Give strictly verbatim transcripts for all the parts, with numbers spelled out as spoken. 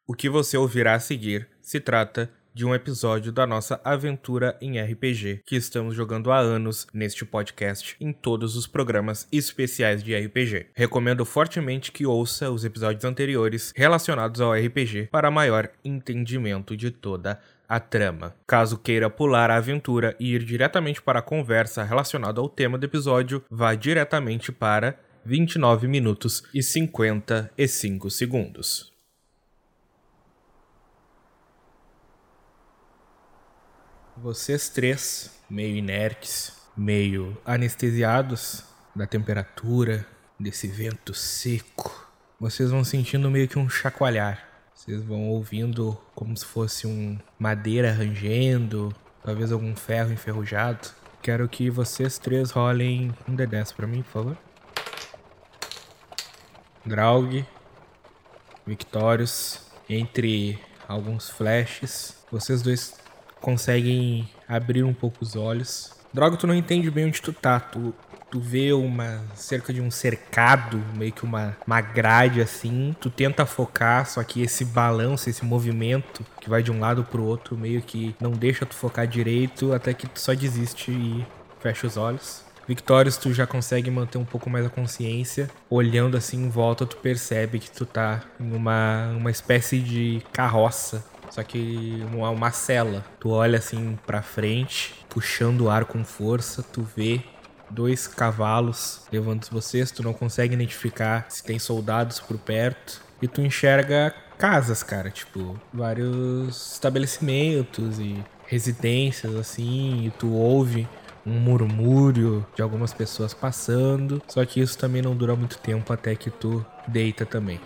O que você ouvirá a seguir se trata de um episódio da nossa aventura em R P G, que estamos jogando há anos neste podcast em todos os programas especiais de R P G. Recomendo fortemente que ouça os episódios anteriores relacionados ao R P G para maior entendimento de toda a trama. Caso queira pular a aventura e ir diretamente para a conversa relacionada ao tema do episódio, vá diretamente para vinte e nove minutos e cinquenta e cinco segundos. Vocês três, meio inertes, meio anestesiados da temperatura, desse vento seco, vocês vão sentindo meio que um chacoalhar. Vocês vão ouvindo como se fosse um madeira rangendo, talvez algum ferro enferrujado. Quero que vocês três rolem um D dez pra mim, por favor. Draug, Victorious, entre alguns flashes, vocês dois conseguem abrir um pouco os olhos. Droga, tu não entende bem onde tu tá. Tu, tu vê uma cerca de um cercado, meio que uma, uma grade assim. Tu tenta focar, só que esse balanço, esse movimento que vai de um lado pro outro, meio que não deixa tu focar direito, até que tu só desiste e fecha os olhos. Victorious, tu já consegue manter um pouco mais a consciência. Olhando assim em volta, tu percebe que tu tá em uma, uma espécie de carroça. Só que uma, uma cela. Tu olha assim pra frente, puxando o ar com força, tu vê dois cavalos levando vocês, tu não consegue identificar se tem soldados por perto. E tu enxerga casas, cara, tipo, vários estabelecimentos e residências, assim, e tu ouve um murmúrio de algumas pessoas passando. Só que isso também não dura muito tempo até que tu deita também.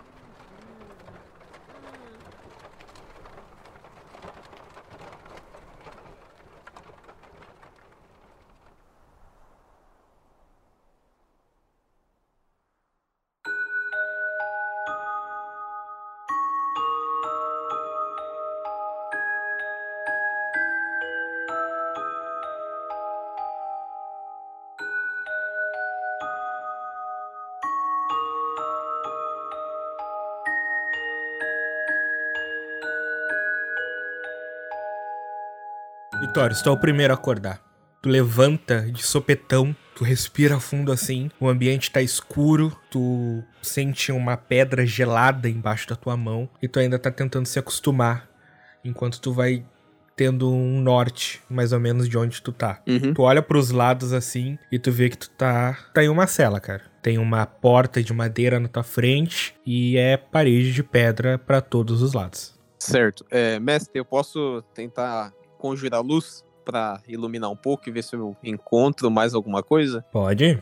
Vitório, tu é o primeiro a acordar. Tu levanta de sopetão, tu respira fundo assim, o ambiente tá escuro, tu sente uma pedra gelada embaixo da tua mão e tu ainda tá tentando se acostumar, enquanto tu vai tendo um norte, mais ou menos, de onde tu tá. Uhum. Tu olha pros lados assim e tu vê que tu tá, tá em uma cela, cara. Tem uma porta de madeira na tua frente e é parede de pedra pra todos os lados. Certo. É, mestre, eu posso tentar conjurar luz pra iluminar um pouco e ver se eu encontro mais alguma coisa? Pode.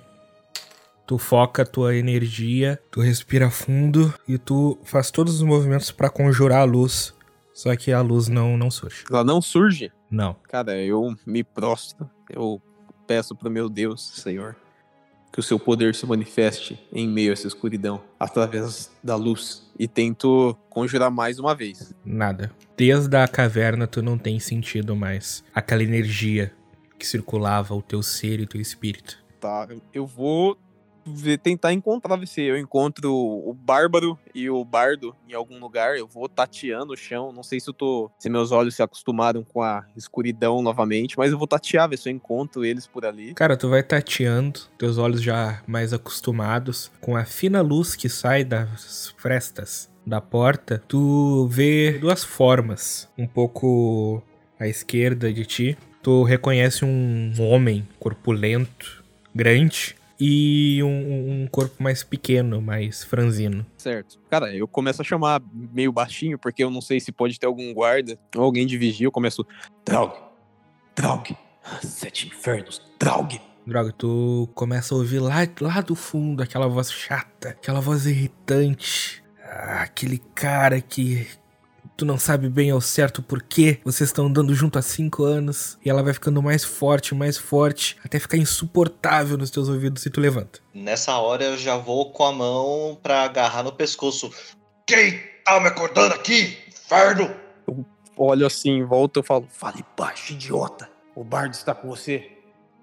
Tu foca a tua energia, tu respira fundo e tu faz todos os movimentos pra conjurar a luz. Só que a luz não, não surge. Ela não surge? Não. Cara, eu me prostro. Eu peço pro meu Deus, Senhor, que o seu poder se manifeste em meio a essa escuridão, através da luz. E tento conjurar mais uma vez. Nada. Desde a caverna tu não tem sentido mais aquela energia que circulava o teu ser e o teu espírito. Tá, eu vou ver, tentar encontrar, ver se eu encontro o Bárbaro e o Bardo em algum lugar. Eu vou tateando o chão. Não sei se eu tô, se meus olhos se acostumaram com a escuridão novamente, mas eu vou tatear, ver se eu encontro eles por ali. Cara, tu vai tateando, teus olhos já mais acostumados com a fina luz que sai das frestas da porta. Tu vê duas formas, um pouco à esquerda de ti. Tu reconhece um homem corpulento, grande, e um, um corpo mais pequeno, mais franzino. Certo. Cara, eu começo a chamar meio baixinho, porque eu não sei se pode ter algum guarda ou alguém de vigia. Eu começo... Draug! Draug! Sete infernos! Draug! Droga, tu começa a ouvir lá, lá do fundo aquela voz chata, aquela voz irritante. Ah, aquele cara que... tu não sabe bem ao certo por quê. Vocês estão andando junto há cinco anos. E ela vai ficando mais forte, mais forte, até ficar insuportável nos teus ouvidos e tu levanta. Nessa hora eu já vou com a mão pra agarrar no pescoço. Quem tá me acordando aqui? Inferno! Eu olho assim em volta e falo... Fale baixo, idiota. O Bardo está com você.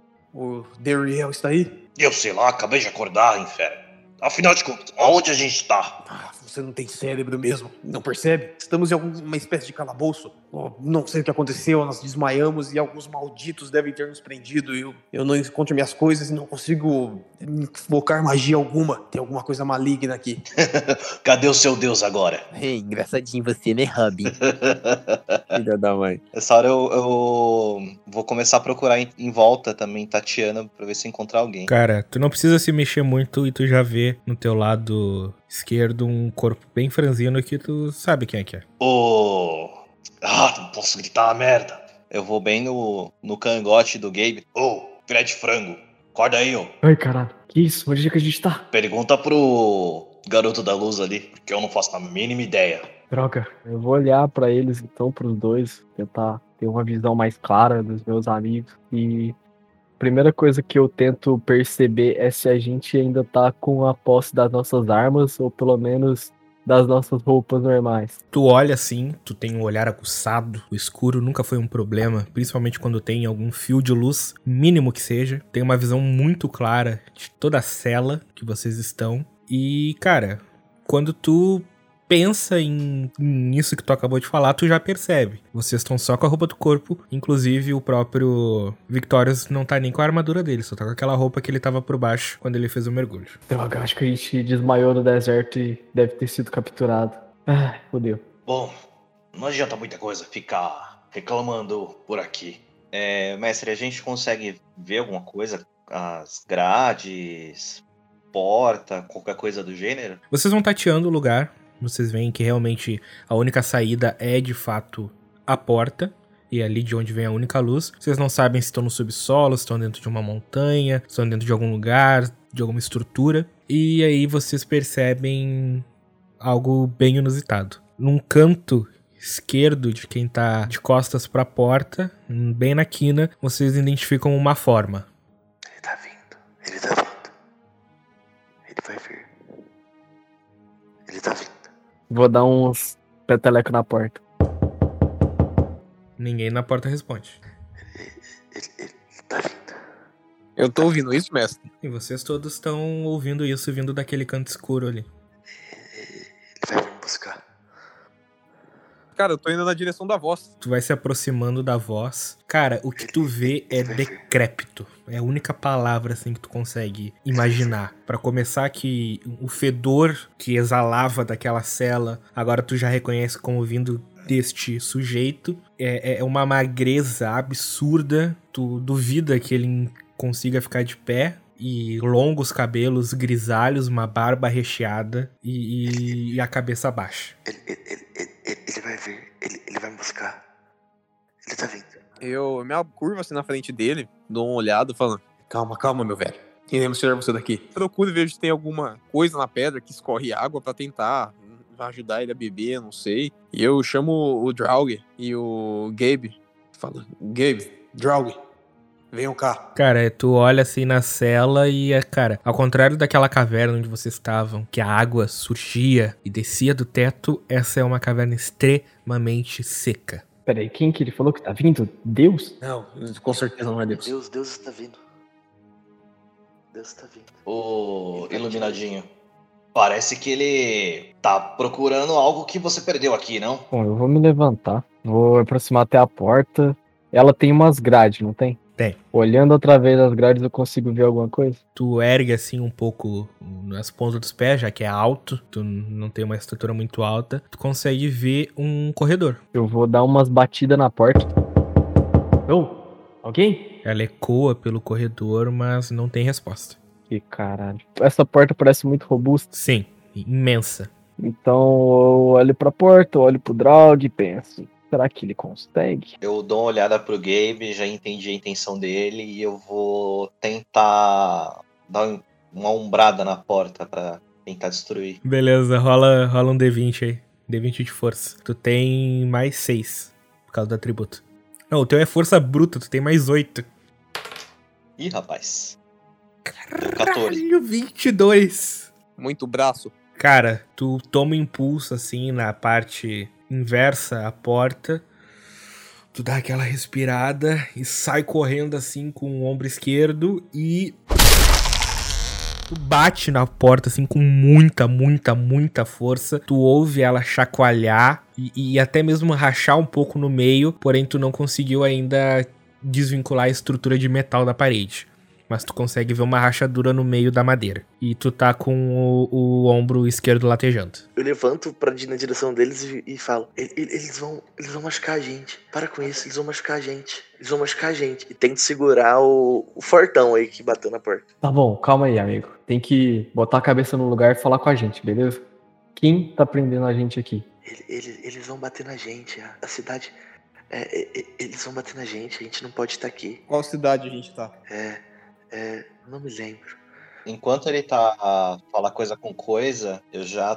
O Dariel está aí? Eu sei lá, acabei de acordar, inferno. Afinal de contas, aonde a gente tá? Ah, você não tem cérebro mesmo, não percebe? Estamos em alguma espécie de calabouço. Oh, não sei o que aconteceu, nós desmaiamos e alguns malditos devem ter nos prendido. Eu, eu não encontro minhas coisas e não consigo invocar magia alguma. Tem alguma coisa maligna aqui. Cadê o seu deus agora? Hey, engraçadinho você, né, Robin? Filha da mãe. Essa hora eu, eu vou começar a procurar em, em volta também, Tatiana, pra ver se encontrar alguém. Cara, tu não precisa se mexer muito e tu já vê no teu lado esquerdo um corpo bem franzino que tu sabe quem é que é. Ô... Ah, não posso gritar a merda. Eu vou bem no, no cangote do Gabe. Ô, filé de frango, acorda aí, ó. Ai, caralho. Que isso? Onde é que a gente tá? Pergunta pro garoto da luz ali, porque eu não faço a mínima ideia. Droga. Eu vou olhar pra eles, então, pros dois. Tentar ter uma visão mais clara dos meus amigos. E a primeira coisa que eu tento perceber é se a gente ainda tá com a posse das nossas armas, ou pelo menos das nossas roupas normais. Tu olha assim, tu tem um olhar aguçado, o escuro nunca foi um problema, principalmente quando tem algum fio de luz, mínimo que seja. Tem uma visão muito clara de toda a cela que vocês estão. E, cara, quando tu pensa em, nisso que tu acabou de falar, tu já percebe. Vocês estão só com a roupa do corpo, inclusive o próprio Victorious não tá nem com a armadura dele, só tá com aquela roupa que ele tava por baixo quando ele fez o mergulho. Droga, acho que a gente desmaiou no deserto e deve ter sido capturado. Ai, fodeu. Bom, não adianta muita coisa ficar reclamando por aqui. É, mestre, a gente consegue ver alguma coisa? As grades, porta, qualquer coisa do gênero? Vocês vão tateando o lugar. Vocês veem que realmente a única saída é, de fato, a porta. E é ali de onde vem a única luz. Vocês não sabem se estão no subsolo, se estão dentro de uma montanha, se estão dentro de algum lugar, de alguma estrutura. E aí vocês percebem algo bem inusitado. Num canto esquerdo de quem tá de costas para a porta, bem na quina, vocês identificam uma forma. Ele tá vindo, ele tá vindo. Ele vai vir. Ele tá vindo. Vou dar uns peteleco na porta. Ninguém na porta responde. Ele, ele, ele tá vindo. Eu tô ouvindo isso, mestre? E vocês todos estão ouvindo isso vindo daquele canto escuro ali. Ele vai vir me buscar. Cara, eu tô indo na direção da voz. Tu vai se aproximando da voz. Cara, o que tu vê é decrépito. É a única palavra assim que tu consegue imaginar. Pra começar, que o fedor que exalava daquela cela, agora tu já reconhece como vindo deste sujeito. É, é uma magreza absurda. Tu duvida que ele consiga ficar de pé. E longos cabelos grisalhos, uma barba recheada e, e, e a cabeça baixa. Ele, ele, ele, ele, ele vai vir, ele, ele vai me buscar. Ele tá vindo. Eu me curvo assim na frente dele, dou uma olhada falando: calma, calma, meu velho. Iremos tirar você daqui. Procuro ver se tem alguma coisa na pedra que escorre água pra tentar ajudar ele a beber, não sei. E eu chamo o Draug e o Gabe. Falo: Gabe, Draug, venham cá. Cara, tu olha assim na cela e, é, cara, ao contrário daquela caverna onde vocês estavam, que a água surgia e descia do teto, essa é uma caverna extremamente seca. Peraí, quem que ele falou que tá vindo? Deus? Não, com certeza não é Deus. Deus, Deus está vindo. Deus está vindo. Ô, iluminadinho, parece que ele tá procurando algo que você perdeu aqui, não? Bom, eu vou me levantar. Vou aproximar até a porta. Ela tem umas grades, não tem? Tem. Olhando através das grades eu consigo ver alguma coisa? Tu ergue assim um pouco nas pontas dos pés, já que é alto, tu não tem uma estrutura muito alta, tu consegue ver um corredor. Eu vou dar umas batidas na porta. Ô, alguém? Ela ecoa pelo corredor, mas não tem resposta. Que caralho. Essa porta parece muito robusta. Sim, imensa. Então eu olho pra porta, eu olho pro Draug e penso: será que ele consegue? Eu dou uma olhada pro Gabe, já entendi a intenção dele e eu vou tentar dar uma umbrada na porta pra tentar destruir. Beleza, rola, rola um D vinte aí. D vinte de força. Tu tem mais seis, por causa do atributo. Não, o teu é força bruta, tu tem mais oito. Ih, rapaz. Caralho, quatorze. vinte e dois. Muito braço. Cara, tu toma um impulso assim na parte inversa à porta. Tu dá aquela respirada e sai correndo assim com o ombro esquerdo e Tu bate na porta, assim, com muita, muita, muita força. Tu ouve ela chacoalhar e, e até mesmo rachar um pouco no meio, porém tu não conseguiu ainda desvincular a estrutura de metal da parede. Mas tu consegue ver uma rachadura no meio da madeira. E tu tá com o, o ombro esquerdo latejando. Eu levanto pra ir na direção deles e, e falo: "E- e- eles vão, eles vão machucar a gente. Para com isso, eles vão machucar a gente. Eles vão machucar a gente." E tento segurar o, o fortão aí que bateu na porta. Tá bom, calma aí, amigo. Tem que botar a cabeça no lugar e falar com a gente, beleza? Quem tá prendendo a gente aqui? Ele- ele- eles vão bater na gente. A, a cidade. É, é, é, eles vão bater na gente. A gente não pode estar aqui. Qual cidade a gente tá? É. É. Não me lembro. Enquanto ele tá a falar coisa com coisa, eu já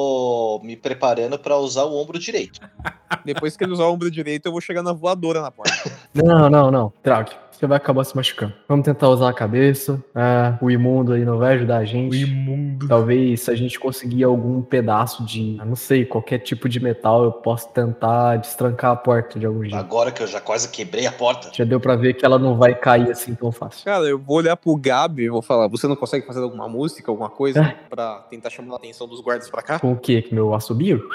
tô me preparando pra usar o ombro direito. Depois que ele usar o ombro direito, eu vou chegar na voadora na porta. Não, não, não. Traug, você vai acabar se machucando. Vamos tentar usar a cabeça. Ah, o imundo aí não vai ajudar a O gente. imundo. Talvez se a gente conseguir algum pedaço de, eu não sei, qualquer tipo de metal, eu posso tentar destrancar a porta de algum jeito. Agora que eu já quase quebrei a porta. Já deu pra ver que ela não vai cair assim tão fácil. Cara, eu vou olhar pro Gabi e vou falar: você não consegue fazer alguma música, alguma coisa, É. pra tentar chamar a atenção dos guardas pra cá? Com o quê? Com meu assobio?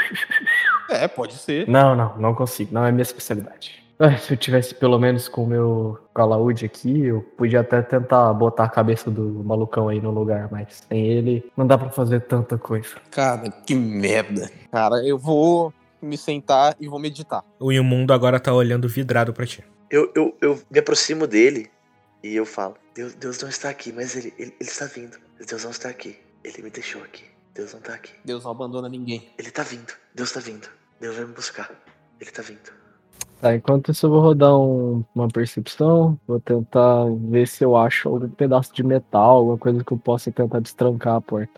É, pode ser. Não, não, não consigo. Não é minha especialidade. Ah, se eu tivesse pelo menos com o meu calaúde aqui, eu podia até tentar botar a cabeça do malucão aí no lugar, mas sem ele não dá pra fazer tanta coisa. Cara, que merda. Cara, eu vou me sentar e vou meditar. O imundo agora tá olhando vidrado pra ti. Eu, eu, eu me aproximo dele e eu falo: Deus, Deus não está aqui, mas ele, ele, ele está vindo. Deus não está aqui. Ele me deixou aqui. Deus não está aqui. Deus não abandona ninguém. Ele tá vindo. Deus está vindo. Deus vai me buscar. Ele tá vindo. Tá, enquanto isso eu vou rodar um- uma percepção, vou tentar ver se eu acho algum pedaço de metal, alguma coisa que eu possa tentar destrancar a porta.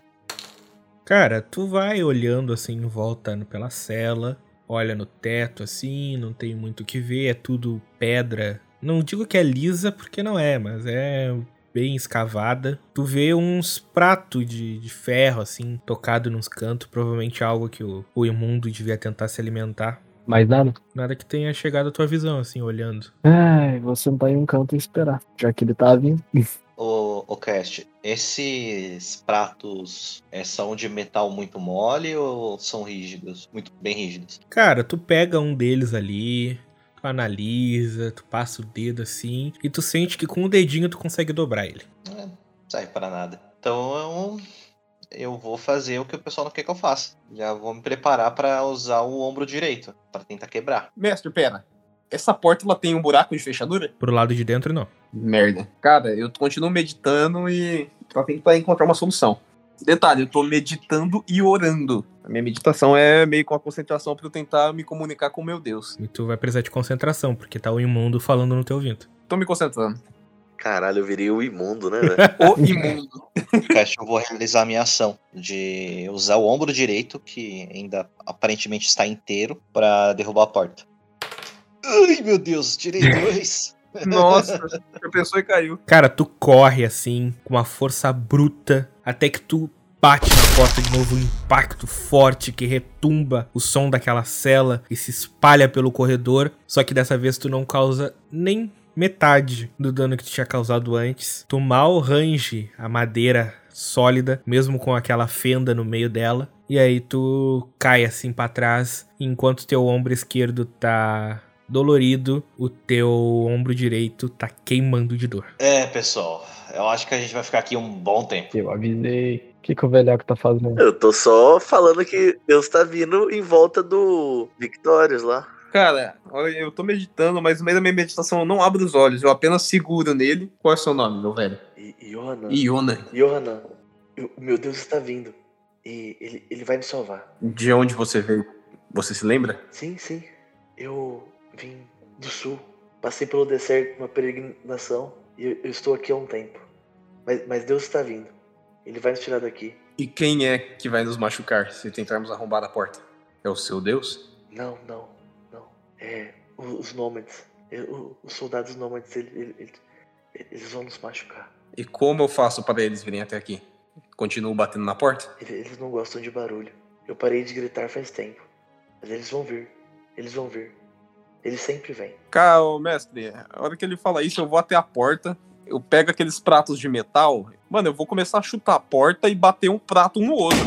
Cara, tu vai olhando assim em volta pela cela, olha no teto assim, não tem muito o que ver, é tudo pedra. Não digo que é lisa porque não é, mas é bem escavada. Tu vê uns pratos de, de ferro assim, tocado nos cantos, provavelmente algo que o, o imundo devia tentar se alimentar. Mais nada? Nada que tenha chegado à tua visão assim, olhando. Ai, vou sentar em um canto e esperar, já que ele tá vindo. Ô, ô Cast, esses pratos é, são de metal muito mole ou são rígidos? Muito bem rígidos? Cara, tu pega um deles ali, tu analisa, tu passa o dedo assim, e tu sente que com o dedinho tu consegue dobrar ele. É, não serve pra nada. Então eu, eu vou fazer o que o pessoal não quer que eu faça. Já vou me preparar pra usar o ombro direito, pra tentar quebrar. Mestre, pera. Essa porta ela tem um buraco de fechadura? Pro lado de dentro, não. Merda. Cara, eu continuo meditando e pra tentar encontrar uma solução. Detalhe, eu tô meditando e orando. A minha meditação é meio com a concentração pra eu tentar me comunicar com o meu Deus. E tu vai precisar de concentração, porque tá o imundo falando no teu ouvido. Tô me concentrando. Caralho, eu virei o imundo, né, velho? O imundo. Cast, eu vou realizar a minha ação de usar o ombro direito, que ainda aparentemente está inteiro, pra derrubar a porta. Ai, meu Deus, tirei dois. Nossa, já pensou e caiu. Cara, tu corre assim, com uma força bruta, até que tu bate na porta de novo, um impacto forte que retumba o som daquela cela e se espalha pelo corredor. Só que dessa vez tu não causa nem metade do dano que tu tinha causado antes. Tu mal range a madeira sólida, mesmo com aquela fenda no meio dela. E aí tu cai assim pra trás, enquanto teu ombro esquerdo tá dolorido, o teu ombro direito tá queimando de dor. É, pessoal, eu acho que a gente vai ficar aqui um bom tempo. Eu avisei. O que, que o velhoco tá fazendo? Eu tô só falando que Deus tá vindo em volta do Victorious lá. Cara, olha, eu tô meditando, mas no meio da minha meditação eu não abro os olhos, eu apenas seguro nele. Qual é o seu nome, meu velho? E Yohanan. Iona. Yohanan, eu- o meu Deus está vindo. E ele, ele vai me salvar. De onde você veio? Você se lembra? Sim, sim. Eu vim do sul. Passei pelo deserto, uma peregrinação. E eu, eu estou aqui há um tempo. Mas, mas Deus está vindo. Ele vai nos tirar daqui. E quem é que vai nos machucar se tentarmos arrombar a porta? É o seu Deus? Não, não, não. É, o- os nômades. É, o- Os soldados nômades, ele- ele- ele- eles vão nos machucar. E como eu faço para eles virem até aqui? Continuo batendo na porta? Ele- Eles não gostam de barulho. Eu parei de gritar faz tempo. Mas eles vão vir. Eles vão vir. Eles sempre vêm. Cara, ô, mestre, a hora que ele fala isso, eu vou até a porta eu pego aqueles pratos de metal, mano, eu vou começar a chutar a porta e bater um prato um no outro.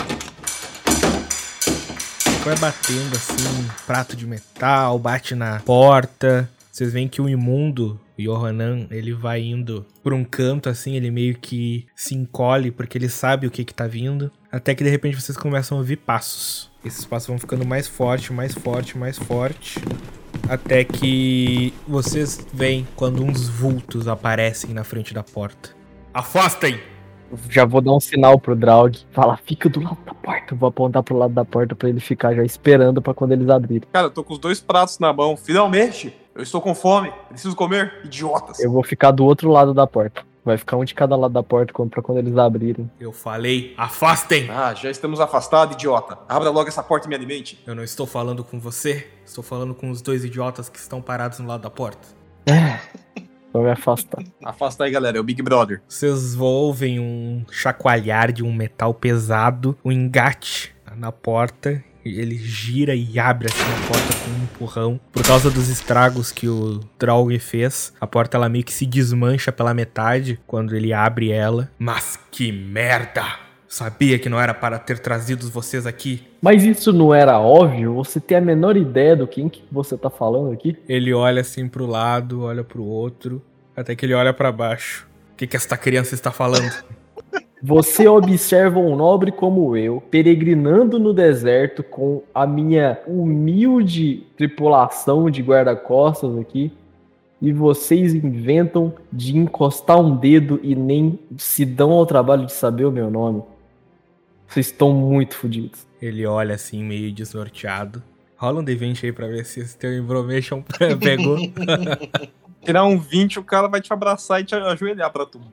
Vai batendo assim, um prato de metal, bate na porta. Vocês veem que o imundo, o Yohanan, ele vai indo por um canto assim, ele meio que se encolhe porque ele sabe o que que tá vindo. Até que de repente vocês começam a ouvir passos. Esses passos vão ficando mais forte, mais forte, mais forte. Até que vocês veem quando uns vultos aparecem na frente da porta. Afastem! Já vou dar um sinal pro Draug. Fala, fica do lado da porta. Eu vou apontar pro lado da porta pra ele ficar já esperando pra quando eles abrirem. Cara, eu tô com os dois pratos na mão. Finalmente! Eu estou com fome. Preciso comer. Idiotas. Eu vou ficar do outro lado da porta. Vai ficar um de cada lado da porta pra quando eles abrirem. Eu falei, afastem! Ah, já estamos afastados, idiota. Abra logo essa porta e me alimente. Eu não estou falando com você. Estou falando com os dois idiotas que estão parados no lado da porta. Vou me afastar. Afasta aí, galera. É o Big Brother. Vocês ouvem um chacoalhar de um metal pesado, um engate na porta. Ele gira e abre assim a porta com um empurrão. Por causa dos estragos que o Draug fez, a porta ela meio que se desmancha pela metade quando ele abre ela. Mas que merda! Sabia que não era para ter trazido vocês aqui. Mas isso não era óbvio? Você tem a menor ideia do quem que você tá falando aqui? Ele olha assim pro lado, olha pro outro, até que ele olha pra baixo. O que que esta criança está falando? Você observa um nobre como eu, peregrinando no deserto com a minha humilde tripulação de guarda-costas aqui, e vocês inventam de encostar um dedo e nem se dão ao trabalho de saber o meu nome. Vocês estão muito fodidos. Ele olha assim, meio desnorteado. Rola um D vinte aí pra ver se esse teu Information pegou. Tirar um vinte, o cara vai te abraçar e te ajoelhar pra tu.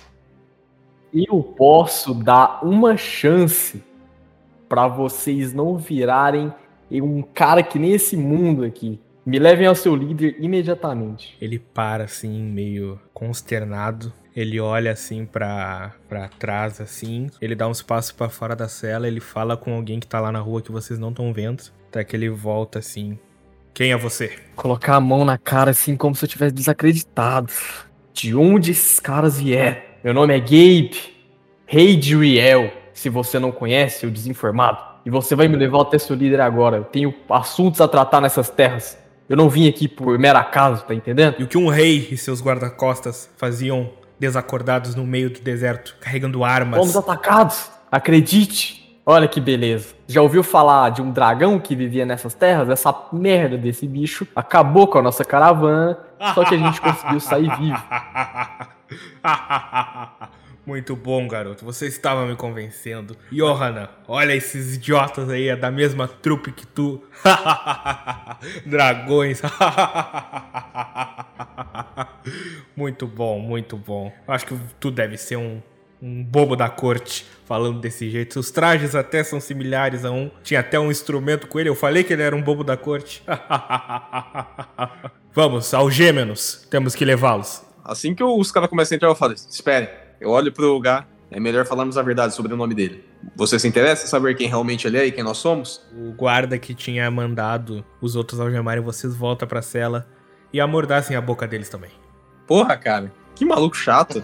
Eu posso dar uma chance pra vocês não virarem um cara que nem esse mundo aqui. Me levem ao seu líder imediatamente. Ele para assim, meio consternado. Ele olha assim pra, pra trás, assim. Ele dá uns passos pra fora da cela. Ele fala com alguém que tá lá na rua que vocês não estão vendo. Até que ele volta assim. Quem é você? Colocar a mão na cara assim como se eu tivesse desacreditado. De onde esses caras vieram? Meu nome é Gabe, rei de Riel. Se você não conhece, o desinformado. E você vai me levar até seu líder agora. Eu tenho assuntos a tratar nessas terras. Eu não vim aqui por mero acaso, tá entendendo? E o que um rei e seus guarda-costas faziam desacordados no meio do deserto, carregando armas? Fomos atacados, acredite. Olha que beleza. Já ouviu falar de um dragão que vivia nessas terras? Essa merda desse bicho acabou com a nossa caravana, só que a gente conseguiu sair vivo. Muito bom, garoto. Você estava me convencendo. Yohanan, olha esses idiotas aí, é da mesma trupe que tu. Dragões. Muito bom, muito bom. Acho que tu deve ser um, um bobo da corte falando desse jeito. Os trajes até são similares a um. Tinha até um instrumento com ele. Eu falei que ele era um bobo da corte. Vamos, algema-nos. Temos que levá-los. Assim que os caras começam a entrar, eu falo, espere. Eu olho pro lugar, é melhor falarmos a verdade sobre o nome dele. Você se interessa em saber quem realmente ele é e quem nós somos? O guarda que tinha mandado os outros algemarem vocês volta pra cela e amordassem a boca deles também. Porra, cara, que maluco chato.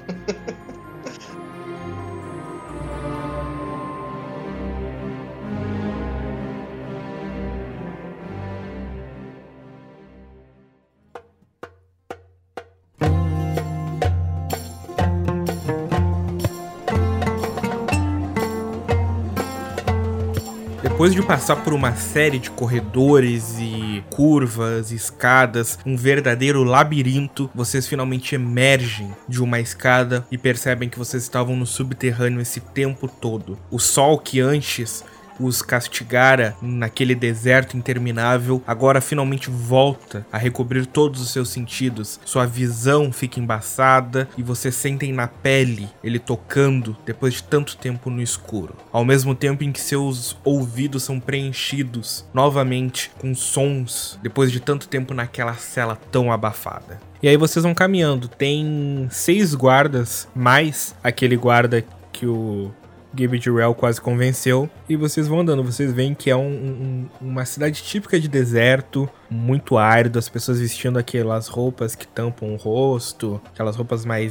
Depois de passar por uma série de corredores e curvas, escadas, um verdadeiro labirinto, vocês finalmente emergem de uma escada e percebem que vocês estavam no subterrâneo esse tempo todo. O sol que antes os castigara naquele deserto interminável, agora finalmente volta a recobrir todos os seus sentidos. Sua visão fica embaçada e vocês sentem na pele ele tocando depois de tanto tempo no escuro. Ao mesmo tempo em que seus ouvidos são preenchidos novamente com sons depois de tanto tempo naquela cela tão abafada. E aí vocês vão caminhando. Tem seis guardas, mais aquele guarda que o Gabe de Riel quase convenceu, e vocês vão andando, vocês veem que é um, um, uma cidade típica de deserto, muito árido, as pessoas vestindo aquelas roupas que tampam o rosto, aquelas roupas mais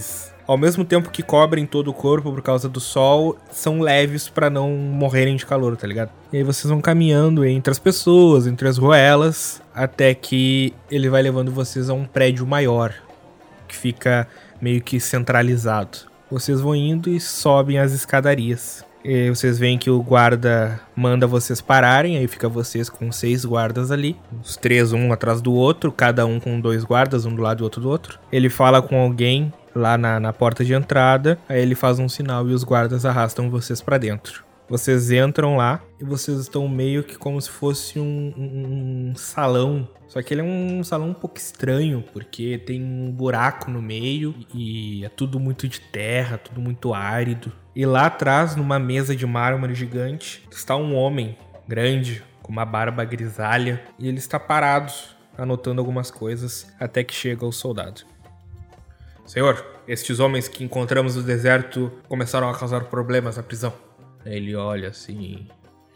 ao mesmo tempo que cobrem todo o corpo por causa do sol, são leves pra não morrerem de calor, tá ligado? E aí vocês vão caminhando entre as pessoas, entre as ruelas, até que ele vai levando vocês a um prédio maior, que fica meio que centralizado. Vocês vão indo e sobem as escadarias. E vocês veem que o guarda manda vocês pararem, aí fica vocês com seis guardas ali, os três um atrás do outro, cada um com dois guardas, um do lado e outro do outro. Ele fala com alguém lá na, na porta de entrada, aí ele faz um sinal e os guardas arrastam vocês pra dentro. Vocês entram lá e vocês estão meio que como se fosse um, um, um salão. Só que ele é um salão um pouco estranho, porque tem um buraco no meio e é tudo muito de terra, tudo muito árido. E lá atrás, numa mesa de mármore gigante, está um homem grande, com uma barba grisalha, e ele está parado, anotando algumas coisas, até que chega o soldado. Senhor, estes homens que encontramos no deserto começaram a causar problemas na prisão. Ele olha assim...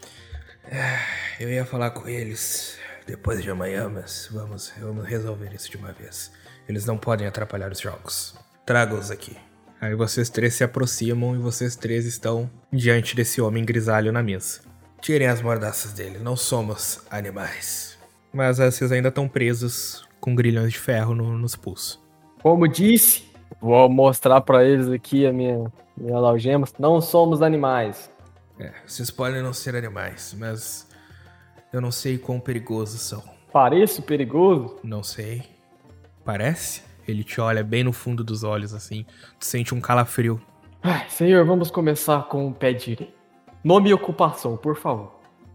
Eu ia falar com eles depois de amanhã, mas vamos, vamos resolver isso de uma vez. Eles não podem atrapalhar os jogos. Traga-os aqui. Aí vocês três se aproximam e vocês três estão diante desse homem grisalho na mesa. Tirem as mordaças dele, não somos animais. Mas vocês ainda estão presos com grilhões de ferro no, nos pulsos. Como disse, vou mostrar pra eles aqui a minha, minha algemas. Não somos animais. É, vocês podem não ser animais, mas eu não sei quão perigosos são. Pareço perigoso? Não sei. Parece? Ele te olha bem no fundo dos olhos, assim. Tu sente um calafrio. Ai, senhor, vamos começar com o pé direito. Nome e ocupação, por favor.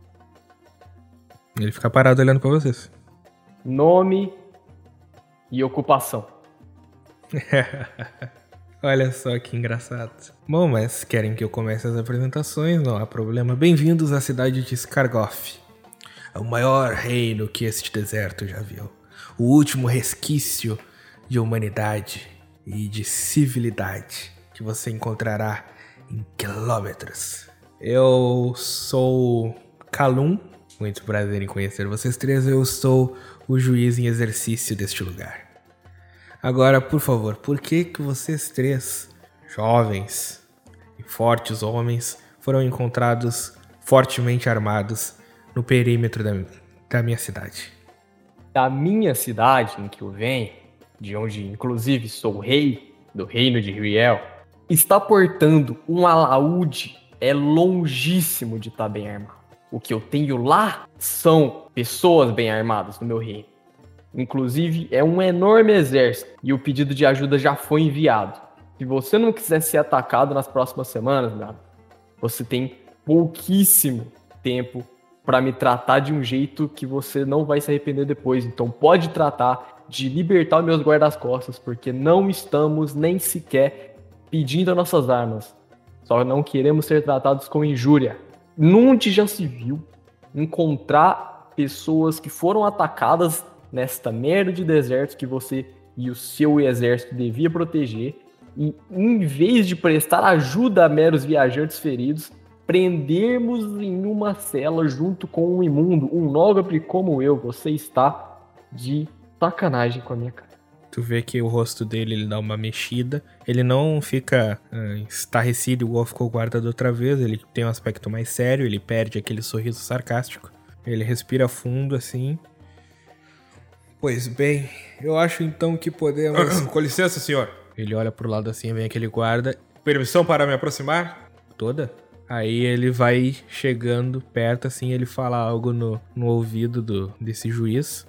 Ele fica parado olhando pra vocês. Nome e ocupação. Olha só que engraçado. Bom, mas querem que eu comece as apresentações? Não há problema. Bem-vindos à cidade de Skargoth. É o maior reino que este deserto já viu. O último resquício de humanidade e de civilidade que você encontrará em quilômetros. Eu sou Kalum, muito prazer em conhecer vocês três. Eu sou o juiz em exercício deste lugar. Agora, por favor, por que que vocês três, jovens e fortes homens, foram encontrados fortemente armados no perímetro da, da minha cidade? Da minha cidade, em que eu venho, de onde inclusive sou rei do reino de Riel, está portando um alaúde é longíssimo de estar bem armado. O que eu tenho lá são pessoas bem armadas no meu reino. Inclusive, é um enorme exército e o pedido de ajuda já foi enviado. Se você não quiser ser atacado nas próximas semanas, meu amigo, você tem pouquíssimo tempo para me tratar de um jeito que você não vai se arrepender depois. Então pode tratar de libertar os meus guardas-costas, porque não estamos nem sequer pedindo as nossas armas. Só não queremos ser tratados com injúria. Nunca já se viu encontrar pessoas que foram atacadas nesta merda de deserto que você e o seu exército devia proteger, e em vez de prestar ajuda a meros viajantes feridos, prendermos em uma cela junto com um imundo, um nógabre como eu. Você está de sacanagem com a minha cara. Tu vê que o rosto dele, ele dá uma mexida. Ele não fica uh, estarrecido igual ficou o guarda da outra vez. Ele tem um aspecto mais sério, ele perde aquele sorriso sarcástico. Ele respira fundo assim. Pois bem, eu acho então que podemos... Com licença, senhor. Ele olha pro lado assim, vem aquele guarda. Permissão para me aproximar? Toda? Aí ele vai chegando perto assim, ele fala algo no, no ouvido do, desse juiz.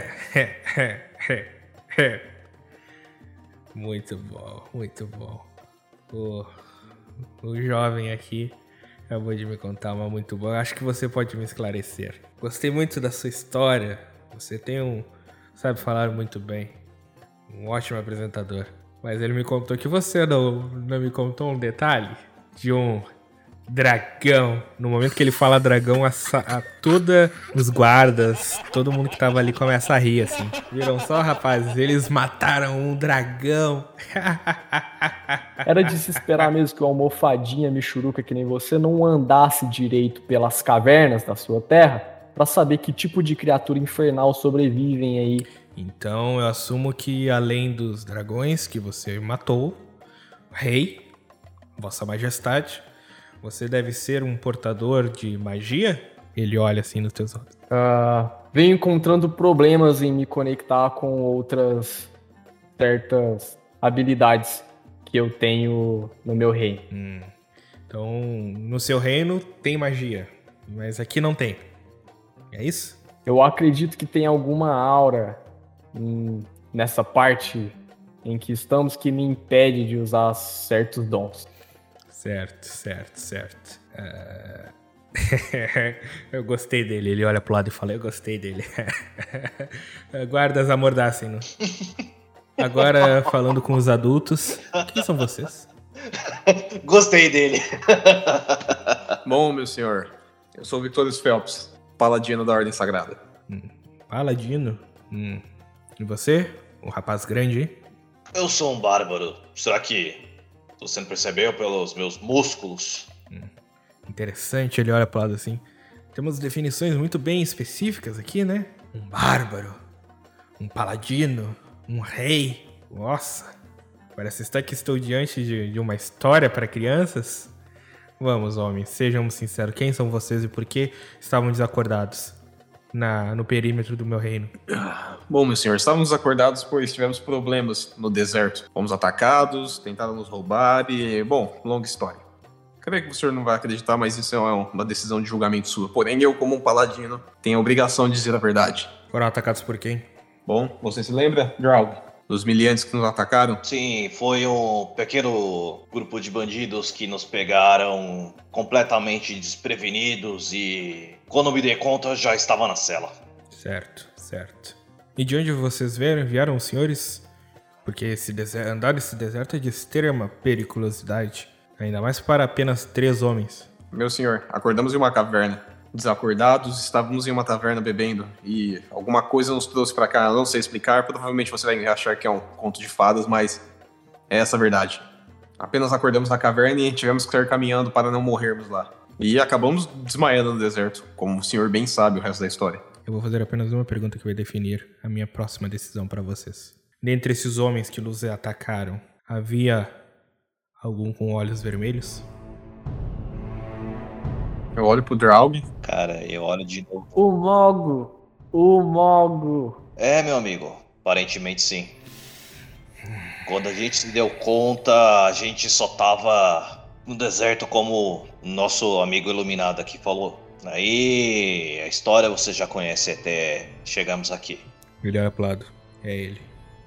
Muito bom, muito bom. O, o jovem aqui acabou de me contar uma muito boa. Acho que você pode me esclarecer. Gostei muito da sua história. Você tem um... sabe falar muito bem. Um ótimo apresentador. Mas ele me contou que você não, não me contou um detalhe de um dragão. No momento que ele fala dragão, a, a toda os guardas, todo mundo que tava ali começa a rir, assim. Viram só, rapazes? Eles mataram um dragão. Era de se esperar mesmo que o almofadinha michuruca que nem você não andasse direito pelas cavernas da sua terra pra saber que tipo de criatura infernal sobrevivem aí. Então eu assumo que além dos dragões que você matou, Rei, Vossa Majestade, você deve ser um portador de magia? Ele olha assim nos teus olhos. Uh, venho encontrando problemas em me conectar com outras certas habilidades que eu tenho no meu reino. Hum. Então, no seu reino tem magia, mas aqui não tem. É isso? Eu acredito que tem alguma aura hum, nessa parte em que estamos que me impede de usar certos dons. Certo, certo, certo. Uh... eu gostei dele. Ele olha pro lado e fala, eu gostei dele. Guardas amordassem-no. Agora, falando com os adultos, quem são vocês? Gostei dele. Bom, meu senhor, eu sou Victorious Phelps, paladino da Ordem Sagrada. Hum, paladino? Hum. E você? Um rapaz grande, hein? Eu sou um bárbaro. Será que você não percebeu pelos meus músculos? Hum. Interessante, ele olha pro lado assim. Temos definições muito bem específicas aqui, né? Um bárbaro, um paladino, um rei. Nossa, parece estar que estou diante de, de uma história para crianças. Vamos, homens, sejam sinceros. Quem são vocês e por que estavam desacordados na, no perímetro do meu reino? Bom, meu senhor, estávamos desacordados pois tivemos problemas no deserto. Fomos atacados, tentaram nos roubar e... Bom, longa história. Creio que o senhor não vai acreditar, mas isso é uma decisão de julgamento sua. Porém, eu, como um paladino, tenho a obrigação de dizer a verdade. Foram atacados por quem? Bom, você se lembra, Draug, dos miliantes que nos atacaram? Sim, foi um pequeno grupo de bandidos que nos pegaram completamente desprevenidos e, quando me dei conta, já estava na cela. Certo, certo. E de onde vocês vieram, vieram os senhores? Porque esse deserto, andar nesse deserto é de extrema periculosidade. Ainda mais para apenas três homens. Meu senhor, acordamos em uma caverna. Desacordados, estávamos em uma taverna bebendo. E alguma coisa nos trouxe pra cá, eu não sei explicar. Provavelmente você vai achar que é um conto de fadas, mas é essa a verdade. Apenas acordamos na caverna e tivemos que sair caminhando para não morrermos lá. E acabamos desmaiando no deserto, como o senhor bem sabe o resto da história. Eu vou fazer apenas uma pergunta que vai definir a minha próxima decisão para vocês. Dentre esses homens que nos atacaram, havia... algum com olhos vermelhos? Eu olho pro Draug. Cara, eu olho de novo. O Mogo! O Mogo! É, meu amigo, aparentemente sim. Quando a gente se deu conta, a gente só tava no deserto como nosso amigo iluminado aqui falou. Aí a história você já conhece até chegamos aqui. Ele olha pro lado. É ele.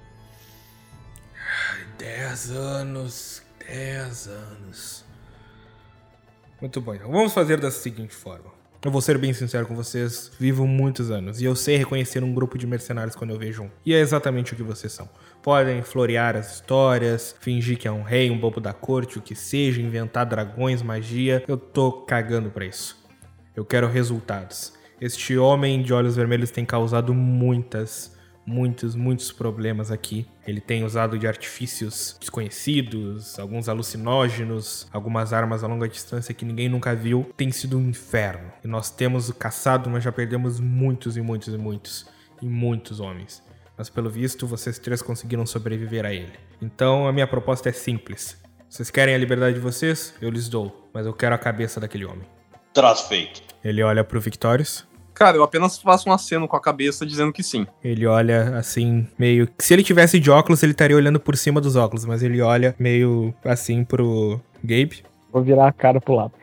Dez anos... Dez anos. Muito bom, então. Vamos fazer da seguinte forma. Eu vou ser bem sincero com vocês. Vivo muitos anos. E eu sei reconhecer um grupo de mercenários quando eu vejo um. E é exatamente o que vocês são. Podem florear as histórias, fingir que é um rei, um bobo da corte, o que seja, inventar dragões, magia. Eu tô cagando pra isso. Eu quero resultados. Este homem de olhos vermelhos tem causado muitas... Muitos, muitos problemas aqui. Ele tem usado de artifícios desconhecidos, alguns alucinógenos, algumas armas a longa distância que ninguém nunca viu. Tem sido um inferno. E nós temos o caçado, mas já perdemos muitos e muitos e muitos. E muitos homens. Mas pelo visto, vocês três conseguiram sobreviver a ele. Então a minha proposta é simples. Vocês querem a liberdade de vocês? Eu lhes dou. Mas eu quero a cabeça daquele homem. Traz feito. Ele olha pro Victorious. Cara, eu apenas faço um aceno com a cabeça dizendo que sim. Ele olha assim, meio... Se ele tivesse de óculos, ele estaria olhando por cima dos óculos. Mas ele olha meio assim pro Gabe. Vou virar a cara pro lado.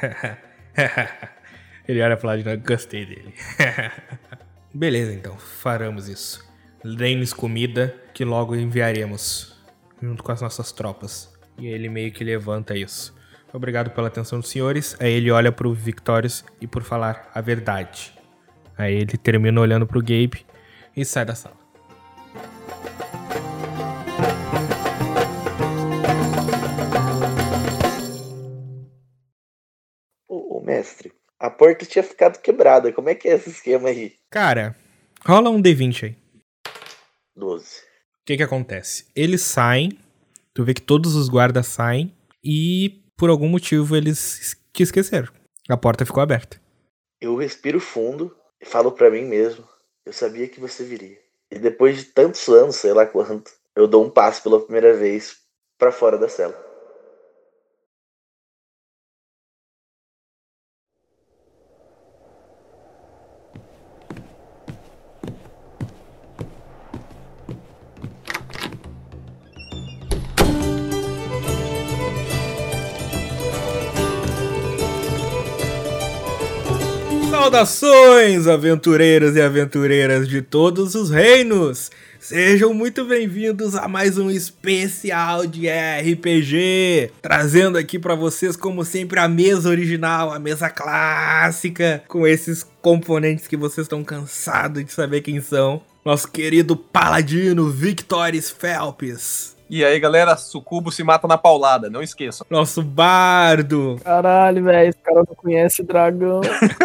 Ele olha pro lado de novo. Gostei dele. Beleza, então. Faremos isso. Deem-nos comida que logo enviaremos. Junto com as nossas tropas. E ele meio que levanta isso. Obrigado pela atenção dos senhores. Aí ele olha pro Victorious e por falar a verdade. Aí ele termina olhando pro Gabe e sai da sala. Ô, ô, mestre, a porta tinha ficado quebrada. Como é que é esse esquema aí? Cara, rola um D vinte aí. doze. O que que acontece? Eles saem, tu vê que todos os guardas saem e por algum motivo eles te esqueceram. A porta ficou aberta. Eu respiro fundo e falo pra mim mesmo. Eu sabia que você viria. E depois de tantos anos, sei lá quanto, eu dou um passo pela primeira vez pra fora da cela. Saudações, aventureiros e aventureiras de todos os reinos! Sejam muito bem-vindos a mais um especial de R P G, trazendo aqui pra vocês, como sempre, a mesa original, a mesa clássica, com esses componentes que vocês estão cansados de saber quem são. Nosso querido paladino Victoris Phelps. E aí, galera, sucubo se mata na paulada, não esqueçam. Nosso bardo. Caralho, velho, esse cara não conhece dragão.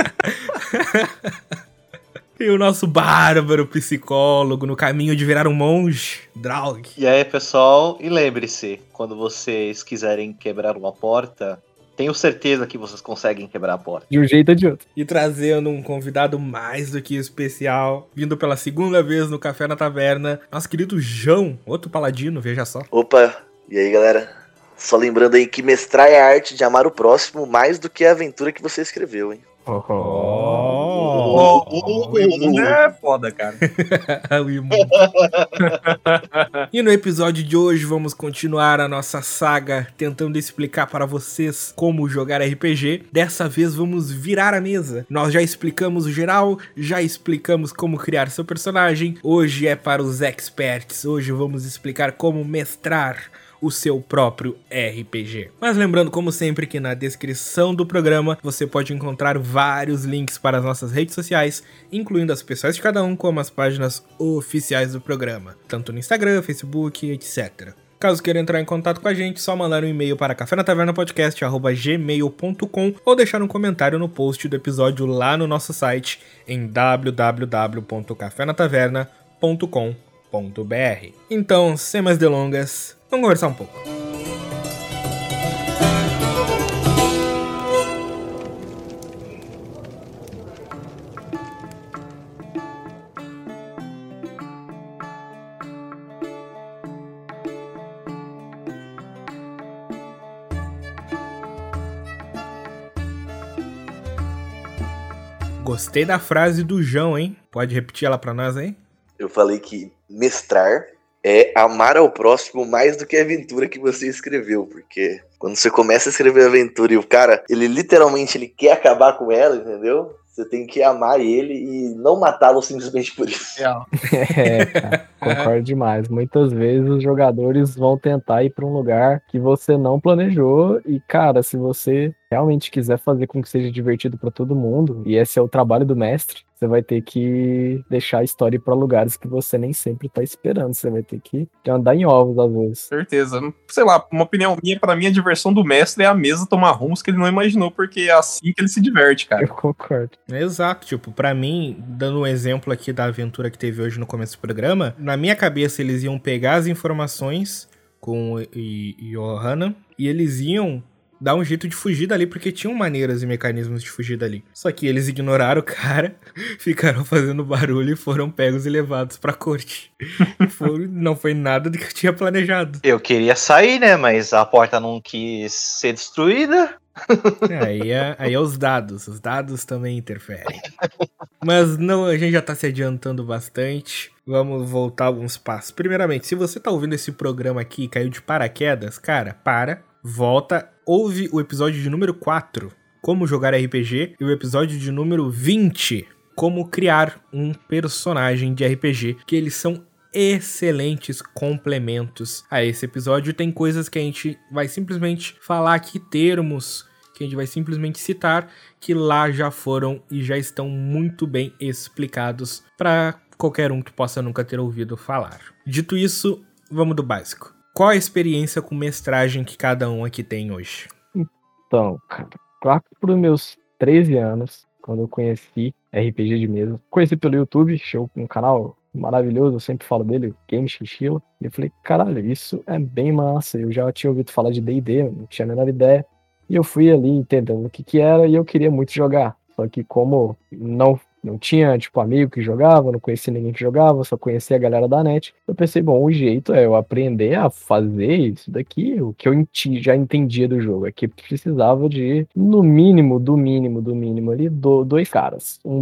E o nosso bárbaro psicólogo no caminho de virar um monge, Draug. E aí, pessoal, e lembre-se, quando vocês quiserem quebrar uma porta, tenho certeza que vocês conseguem quebrar a porta. De um jeito ou de outro. E trazendo um convidado mais do que especial, vindo pela segunda vez no Café na Taverna, nosso querido João, outro paladino, veja só. Opa, e aí, galera? Só lembrando aí que mestrar é a arte de amar o próximo mais do que a aventura que você escreveu, hein? Oh, Oh, O mundo é foda, cara. o imundo. E no episódio de hoje vamos continuar a nossa saga tentando explicar para vocês como jogar R P G. Dessa vez vamos virar a mesa. Nós já explicamos o geral, já explicamos como criar seu personagem. Hoje é para os experts. Hoje vamos explicar como mestrar o seu próprio R P G. Mas lembrando, como sempre, que na descrição do programa você pode encontrar vários links para as nossas redes sociais, incluindo as pessoais de cada um, como as páginas oficiais do programa, tanto no Instagram, Facebook, etcétera. Caso queira entrar em contato com a gente, só mandar um e-mail para café na taverna podcast arroba gmail ponto com ou deixar um comentário no post do episódio lá no nosso site em w w w ponto café na taverna ponto com ponto b r. Então, sem mais delongas, vamos conversar um pouco. Gostei da frase do João, hein? Pode repetir ela pra nós aí? Eu falei que mestrar é amar ao próximo mais do que a aventura que você escreveu, porque quando você começa a escrever a aventura e o cara, ele literalmente ele quer acabar com ela, entendeu? Você tem que amar ele e não matá-lo simplesmente por isso. É, cara, concordo demais. Muitas vezes os jogadores vão tentar ir pra um lugar que você não planejou e, cara, se você realmente quiser fazer com que seja divertido pra todo mundo, e esse é o trabalho do mestre, você vai ter que deixar a história ir pra lugares que você nem sempre tá esperando. Você vai ter que andar em ovos, às vezes. Certeza. Sei lá, uma opinião minha, pra mim, a diversão do mestre é a mesa tomar rumos que ele não imaginou, porque é assim que ele se diverte, cara. Eu concordo. Exato, tipo, pra mim, dando um exemplo aqui da aventura que teve hoje no começo do programa, na minha cabeça eles iam pegar as informações com o Johanna e eles iam dar um jeito de fugir dali, porque tinham maneiras e mecanismos de fugir dali. Só que eles ignoraram o cara, ficaram fazendo barulho e foram pegos e levados pra corte. Foram, não foi nada do que eu tinha planejado. Eu queria sair, né? Mas a porta não quis ser destruída. Aí é, aí é os dados, os dados também interferem. Mas não, a gente já tá se adiantando bastante. Vamos voltar alguns passos. Primeiramente, se você tá ouvindo esse programa aqui e caiu de paraquedas, cara, para, volta, ouve o episódio de número quatro, como jogar R P G, e o episódio de número vinte, como criar um personagem de R P G, que eles são excelentes complementos a esse episódio. Tem coisas que a gente vai simplesmente falar aqui, termos que a gente vai simplesmente citar, que lá já foram e já estão muito bem explicados para qualquer um que possa nunca ter ouvido falar. Dito isso, vamos do básico. Qual a experiência com mestragem que cada um aqui tem hoje? Então, cara, lá pros meus treze anos, quando eu conheci R P G de mesa, conheci pelo YouTube, show, um canal maravilhoso, eu sempre falo dele, Game Chinchilla, e eu falei, caralho, isso é bem massa, eu já tinha ouvido falar de D e D, não tinha a menor ideia, e eu fui ali entendendo o que que era, e eu queria muito jogar, só que como não, não tinha, tipo, amigo que jogava, não conhecia ninguém que jogava, só conhecia a galera da net, eu pensei, bom, o jeito é eu aprender a fazer isso daqui, o que eu enti, já entendia do jogo, é que precisava de, no mínimo, do mínimo, do mínimo ali, do, dois caras, um pra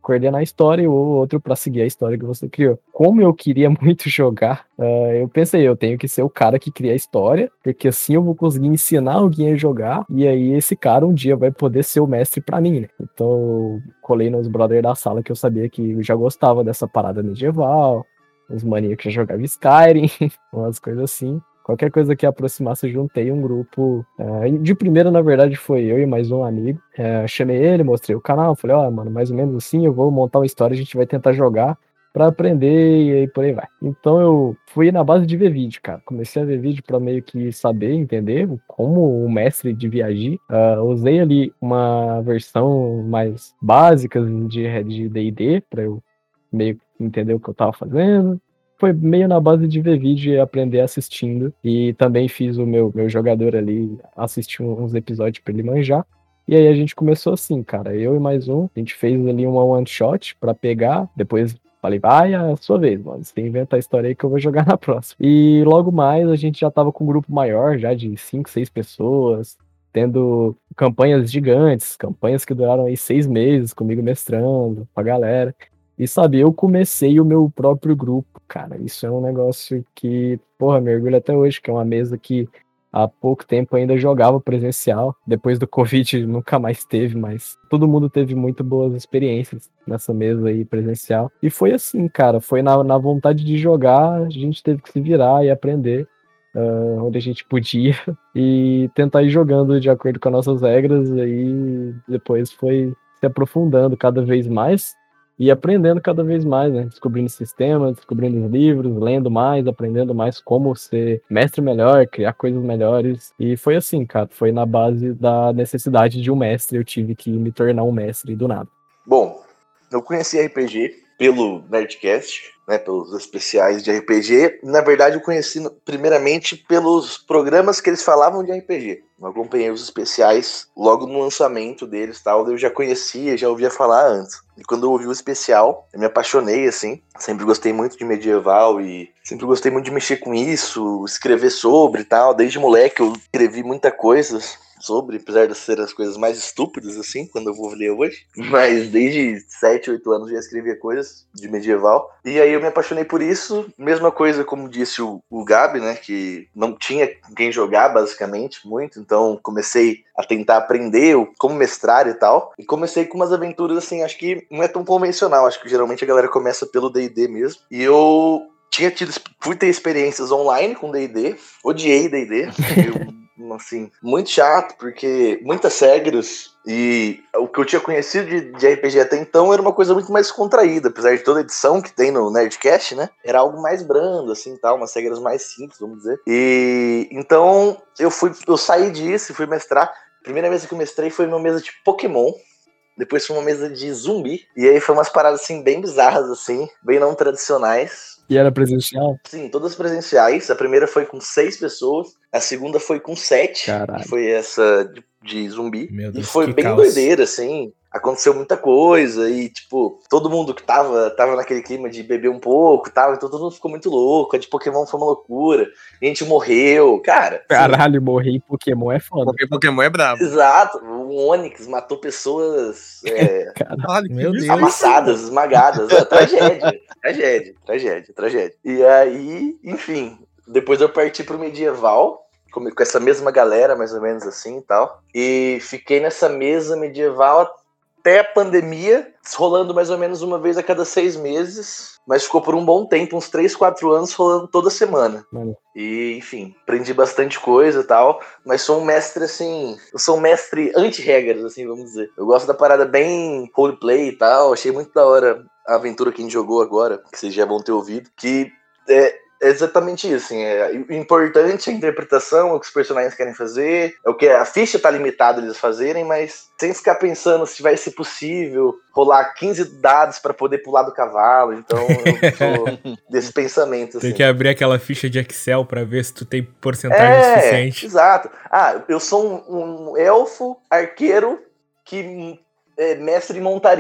coordenar a história e o outro pra seguir a história que você criou. Como eu queria muito jogar, uh, eu pensei, eu tenho que ser o cara que cria a história, porque assim eu vou conseguir ensinar alguém a jogar, e aí esse cara um dia vai poder ser o mestre pra mim, né? Então eu colei nos brothers da sala que eu sabia que eu já gostava dessa parada medieval, os maninhos que já jogavam Skyrim, umas coisas assim. Qualquer coisa que aproximasse, eu juntei um grupo. É, de primeira, na verdade, foi eu e mais um amigo. É, chamei ele, mostrei o canal, falei, ó, oh, mano, mais ou menos assim, eu vou montar uma história, a gente vai tentar jogar pra aprender e aí por aí vai. Então eu fui na base de ver vídeo, cara. Comecei a ver vídeo pra meio que saber, entender como o mestre devia agir. Uh, usei ali uma versão mais básica de D e D pra eu meio que entender o que eu tava fazendo. Foi meio na base de ver vídeo e aprender assistindo. E também fiz o meu, meu jogador ali assistir uns episódios pra ele manjar. E aí a gente começou assim, cara. Eu e mais um. A gente fez ali uma one shot pra pegar. Depois falei, vai, é a sua vez, mano. Você inventa a história aí que eu vou jogar na próxima. E logo mais a gente já tava com um grupo maior, já de cinco, seis pessoas. Tendo campanhas gigantes. Campanhas que duraram aí seis meses comigo mestrando, com a galera. E sabe, eu comecei o meu próprio grupo, cara. Isso é um negócio que, porra, me orgulho até hoje, que é uma mesa que há pouco tempo ainda jogava presencial. Depois do Covid nunca mais teve, mas todo mundo teve muito boas experiências nessa mesa aí presencial. E foi assim, cara, foi na, na vontade de jogar, a gente teve que se virar e aprender uh, onde a gente podia e tentar ir jogando de acordo com as nossas regras. E aí depois foi se aprofundando cada vez mais. E aprendendo cada vez mais, né? Descobrindo sistemas, descobrindo livros, lendo mais, aprendendo mais como ser mestre melhor, criar coisas melhores. E foi assim, cara. Foi na base da necessidade de um mestre. Eu tive que me tornar um mestre do nada. Bom, eu conheci R P G pelo Nerdcast, né? Pelos especiais de R P G. Na verdade, eu conheci primeiramente pelos programas que eles falavam de R P G. Eu acompanhei os especiais logo no lançamento deles e tal. Eu já conhecia, já ouvia falar antes. E quando eu ouvi o especial, eu me apaixonei, assim. Sempre gostei muito de medieval e sempre gostei muito de mexer com isso, escrever sobre e tal. Desde moleque eu escrevi muita coisa sobre, apesar de ser as coisas mais estúpidas, assim, quando eu vou ler hoje. Mas desde sete, oito anos já escrevia coisas de medieval. E aí eu me apaixonei por isso. Mesma coisa, como disse o, o Gabi, né, que não tinha quem jogar, basicamente, muito. Então comecei a tentar aprender como mestrar e tal. E comecei com umas aventuras, assim, acho que não é tão convencional. Acho que geralmente a galera começa pelo D e D mesmo. E eu tinha tido, fui ter experiências online com D e D. Odiei D e D. Eu assim, muito chato, porque muitas regras, e o que eu tinha conhecido de, de R P G até então era uma coisa muito mais contraída, apesar de toda a edição que tem no Nerdcast, né, era algo mais brando, assim, tal, umas regras mais simples, vamos dizer, e então eu fui, eu saí disso e fui mestrar. A primeira mesa que eu mestrei foi uma mesa de Pokémon, depois foi uma mesa de zumbi, e aí foi umas paradas, assim, bem bizarras, assim, bem não tradicionais. E era presencial? Sim, todas presenciais. A primeira foi com seis pessoas, a segunda foi com sete. Caralho. E foi essa de, de zumbi. Meu Deus, e foi que bem caos. doideira, assim. Aconteceu muita coisa e, tipo, todo mundo que tava, tava naquele clima de beber um pouco e tal, então todo mundo ficou muito louco. A de Pokémon foi uma loucura. A gente morreu. Cara, Caralho, morrer em Pokémon é foda. Porque Pokémon é brabo. exato. O Onix matou pessoas é, Caralho, Meu Deus. amassadas, esmagadas. É, tragédia, tragédia, tragédia, tragédia. E aí, enfim, depois eu parti pro medieval, com, com essa mesma galera, mais ou menos assim e tal. E fiquei nessa mesa medieval até a pandemia, rolando mais ou menos uma vez a cada seis meses. Mas ficou por um bom tempo, uns três, quatro anos, rolando toda semana. Mano. E, enfim, aprendi bastante coisa e tal. Mas sou um mestre, assim... Eu sou um mestre anti-regras, assim, vamos dizer. Eu gosto da parada bem roleplay e tal. Achei muito da hora a aventura que a gente jogou agora, que vocês já vão ter ouvido. Que é... É exatamente isso, assim, é o importante é a interpretação, é o que os personagens querem fazer, é o que a ficha tá limitada eles fazerem, mas sem ficar pensando se vai ser possível rolar quinze dados pra poder pular do cavalo. Então eu sou desse pensamento, assim. Tem que abrir aquela ficha de Excel pra ver se tu tem porcentagem É, suficiente. exato. Ah, eu sou um, um elfo arqueiro que é mestre em montaria.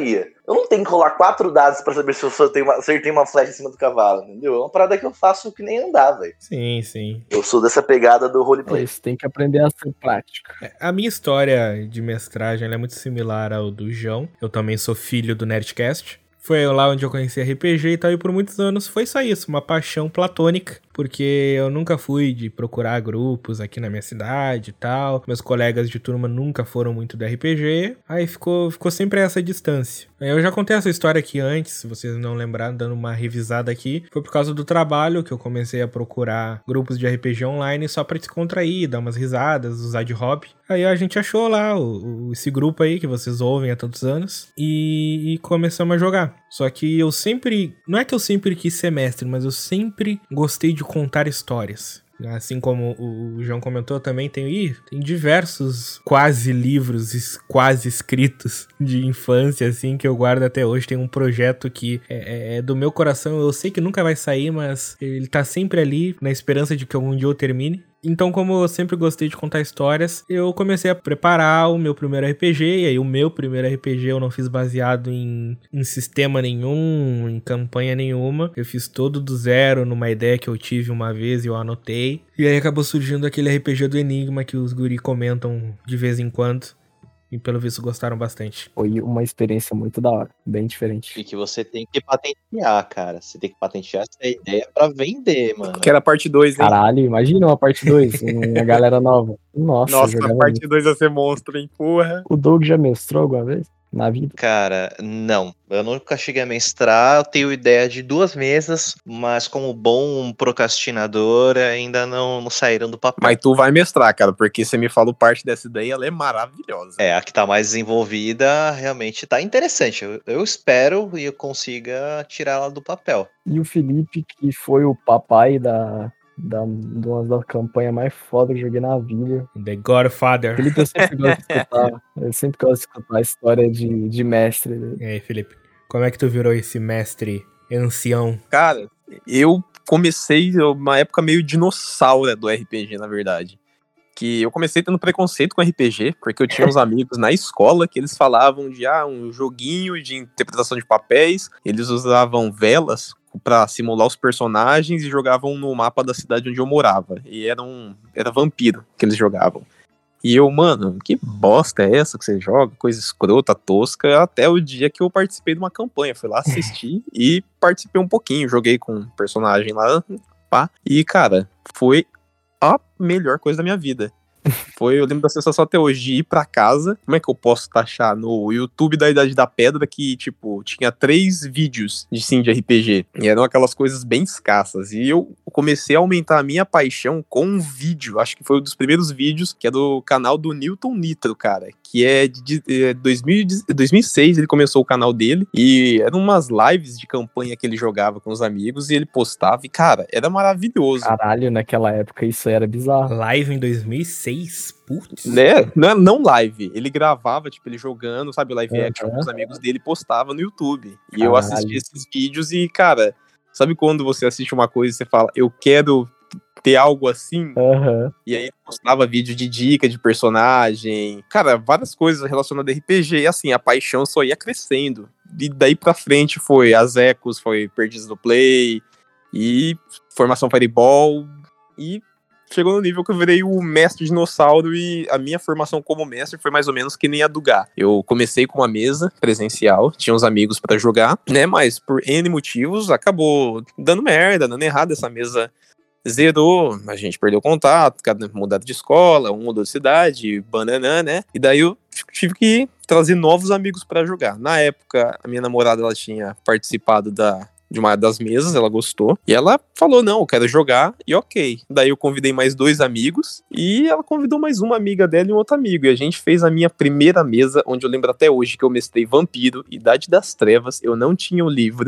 Eu não tenho que rolar quatro dados pra saber se eu acertei uma, acertei uma flecha em cima do cavalo, entendeu? É uma parada que eu faço que nem andar, velho. Sim, sim. Eu sou dessa pegada do roleplay. Você tem que aprender a ser prático. A minha história de mestragem ela é muito similar ao do João. Eu também sou filho do Nerdcast. Foi lá onde eu conheci R P G e tal, e por muitos anos foi só isso, uma paixão platônica, porque eu nunca fui de procurar grupos aqui na minha cidade e tal, meus colegas de turma nunca foram muito do R P G, aí ficou, ficou sempre essa distância. Eu já contei essa história aqui antes, se vocês não lembraram, dando uma revisada aqui, foi por causa do trabalho que eu comecei a procurar grupos de R P G online só pra descontrair, dar umas risadas, usar de hobby. Aí a gente achou lá o, o, esse grupo aí que vocês ouvem há tantos anos e, e começamos a jogar. Só que eu sempre... Não é que eu sempre quis ser mestre, mas eu sempre gostei de contar histórias. Assim como o João comentou, eu também tenho... Ih, tem diversos quase livros quase escritos de infância, assim, que eu guardo até hoje. Tem um projeto que é, é do meu coração. Eu sei que nunca vai sair, mas ele tá sempre ali na esperança de que algum dia eu termine. Então, como eu sempre gostei de contar histórias, eu comecei a preparar o meu primeiro R P G, e aí o meu primeiro R P G eu não fiz baseado em, em sistema nenhum, em campanha nenhuma. Eu fiz todo do zero, numa ideia que eu tive uma vez e eu anotei. E aí acabou surgindo aquele R P G do Enigma que os guri comentam de vez em quando. E pelo visto gostaram bastante. Foi uma experiência muito da hora, bem diferente. E que você tem que patentear, cara. Você tem que patentear essa ideia pra vender, mano. Que era a parte dois, hein? Caralho, imagina uma parte dois, uma galera nova. Nossa, Nossa, a jogava parte muito. dois ia ser monstro, hein? Porra. O Doug já mestrou alguma vez? Na vida? Cara, não. Eu nunca cheguei a mestrar. Eu tenho ideia de duas mesas, mas como bom procrastinador, ainda não, não saíram do papel. Mas tu vai mestrar, cara, porque você me falou parte dessa ideia, ela é maravilhosa. É, a que tá mais desenvolvida realmente tá interessante. Eu, eu espero e eu consiga tirar ela do papel. E o Felipe, que foi o papai da, da, de uma das campanhas mais fodas que eu joguei na vida. The Godfather. Felipe, eu sempre gosto de escutar, eu sempre gosto de escutar a história de, de mestre. E aí, Felipe, como é que tu virou esse mestre ancião? Cara, eu comecei uma época meio dinossauro do R P G, na verdade. Que eu comecei tendo preconceito com R P G, porque eu tinha uns amigos na escola que eles falavam de ah, um joguinho de interpretação de papéis, eles usavam velas pra simular os personagens e jogavam no mapa da cidade onde eu morava. E era, um, era vampiro que eles jogavam. E eu, mano, que bosta é essa que você joga? Coisa escrota, tosca, até o dia que eu participei de uma campanha. Fui lá assistir e participei um pouquinho, joguei com um personagem lá, pá. E, cara, foi a melhor coisa da minha vida. Foi, eu lembro da sensação até hoje de ir pra casa. Como é que eu posso taxar no YouTube da Idade da Pedra que, tipo, tinha três vídeos de sim de R P G. E eram aquelas coisas bem escassas. E eu comecei a aumentar a minha paixão com um vídeo. Acho que foi um dos primeiros vídeos, que é do canal do Newton Nitro, cara. Que é de, de, de dois mil e seis, ele começou o canal dele. E eram umas lives de campanha que ele jogava com os amigos. E ele postava. E, cara, era maravilhoso. Caralho, naquela época isso era bizarro. Live em dois mil e seis? Putz. Né? Não, não live. Ele gravava, tipo, ele jogando, sabe, live Uhum. action com os amigos dele e postava no YouTube. E Caralho. eu assisti esses vídeos e, cara, sabe quando você assiste uma coisa e você fala, eu quero ter algo assim? Aham. E aí postava vídeo de dica de personagem. Cara, várias coisas relacionadas a R P G. E assim, a paixão só ia crescendo. E daí pra frente foi as Ecos, foi Perdidos no Play, e Formação Fireball, e chegou no nível que eu virei o mestre dinossauro e a minha formação como mestre foi mais ou menos que nem a do Gá. Eu comecei com uma mesa presencial, tinha uns amigos pra jogar, né, mas por N motivos acabou dando merda, dando errado, essa mesa zerou, a gente perdeu contato, cada mudado de escola, um mudou de cidade, bananã, né, e daí eu tive que trazer novos amigos pra jogar. Na época, a minha namorada, ela tinha participado da de uma das mesas, ela gostou, e ela falou, não, eu quero jogar, e ok. Daí eu convidei mais dois amigos, e ela convidou mais uma amiga dela e um outro amigo, e a gente fez a minha primeira mesa, onde eu lembro até hoje que eu mestrei Vampiro, Idade das Trevas, eu não tinha o livro,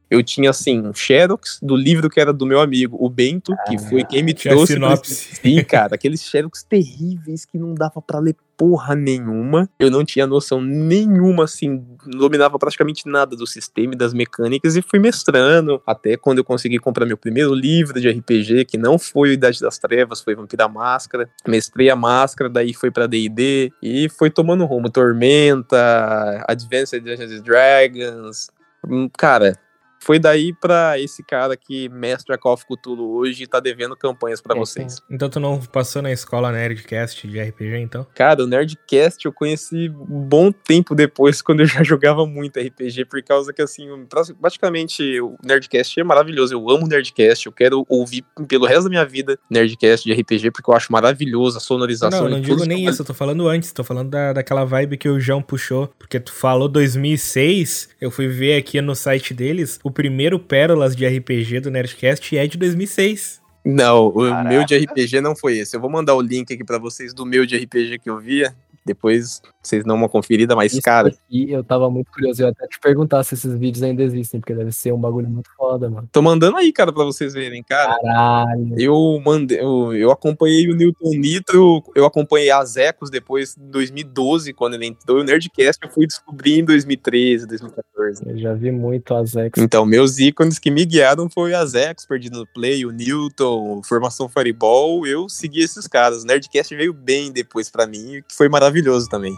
Eu tinha, assim, um xerox do livro que era do meu amigo, o Bento, que foi quem me tinha trouxe... sinopse. Sim, cara, aqueles xerox terríveis que não dava pra ler porra nenhuma. Eu não tinha noção nenhuma, assim, não dominava praticamente nada do sistema e das mecânicas e fui mestrando, até quando eu consegui comprar meu primeiro livro de R P G, que não foi o Idade das Trevas, foi Vampira Máscara. Mestrei a Máscara, daí foi pra D e D e foi tomando rumo. Tormenta, Advanced Dungeons and Dragons... Cara, foi daí pra esse cara que mestra Call of Cthulhu hoje e tá devendo campanhas pra É, vocês. Então tu não passou na escola Nerdcast de R P G, então? Cara, o Nerdcast eu conheci um bom tempo depois, quando eu já jogava muito R P G, por causa que, assim, praticamente o Nerdcast é maravilhoso. Eu amo o Nerdcast, eu quero ouvir pelo resto da minha vida Nerdcast de R P G, porque eu acho maravilhoso a sonorização. Não, não e digo tudo nem que- isso, eu tô falando antes, tô falando da, daquela vibe que o João puxou, porque tu falou dois mil e seis, eu fui ver aqui no site deles, o primeiro Pérolas de R P G do Nerdcast é de dois mil e seis. Não, o Caraca. meu de R P G não foi esse. Eu vou mandar o link aqui pra vocês do meu de R P G que eu via. Depois vocês dão uma conferida, mas, Isso cara, aqui eu tava muito curioso. Eu ia até te perguntar se esses vídeos ainda existem, porque deve ser um bagulho muito foda, mano. tô mandando aí, cara, pra vocês verem, cara. Caralho. Eu mandei, eu, eu acompanhei o Newton Nitro, eu acompanhei a Zecos depois em dois mil e doze, quando ele entrou. O Nerdcast eu fui descobrir em dois mil e treze, dois mil e quatorze. Eu já vi muito as X. Então, meus ícones que me guiaram foi a Zecos, Perdido no Play, o Newton, Formação Fireball. Eu segui esses caras. O Nerdcast veio bem depois pra mim, que foi maravilhoso também.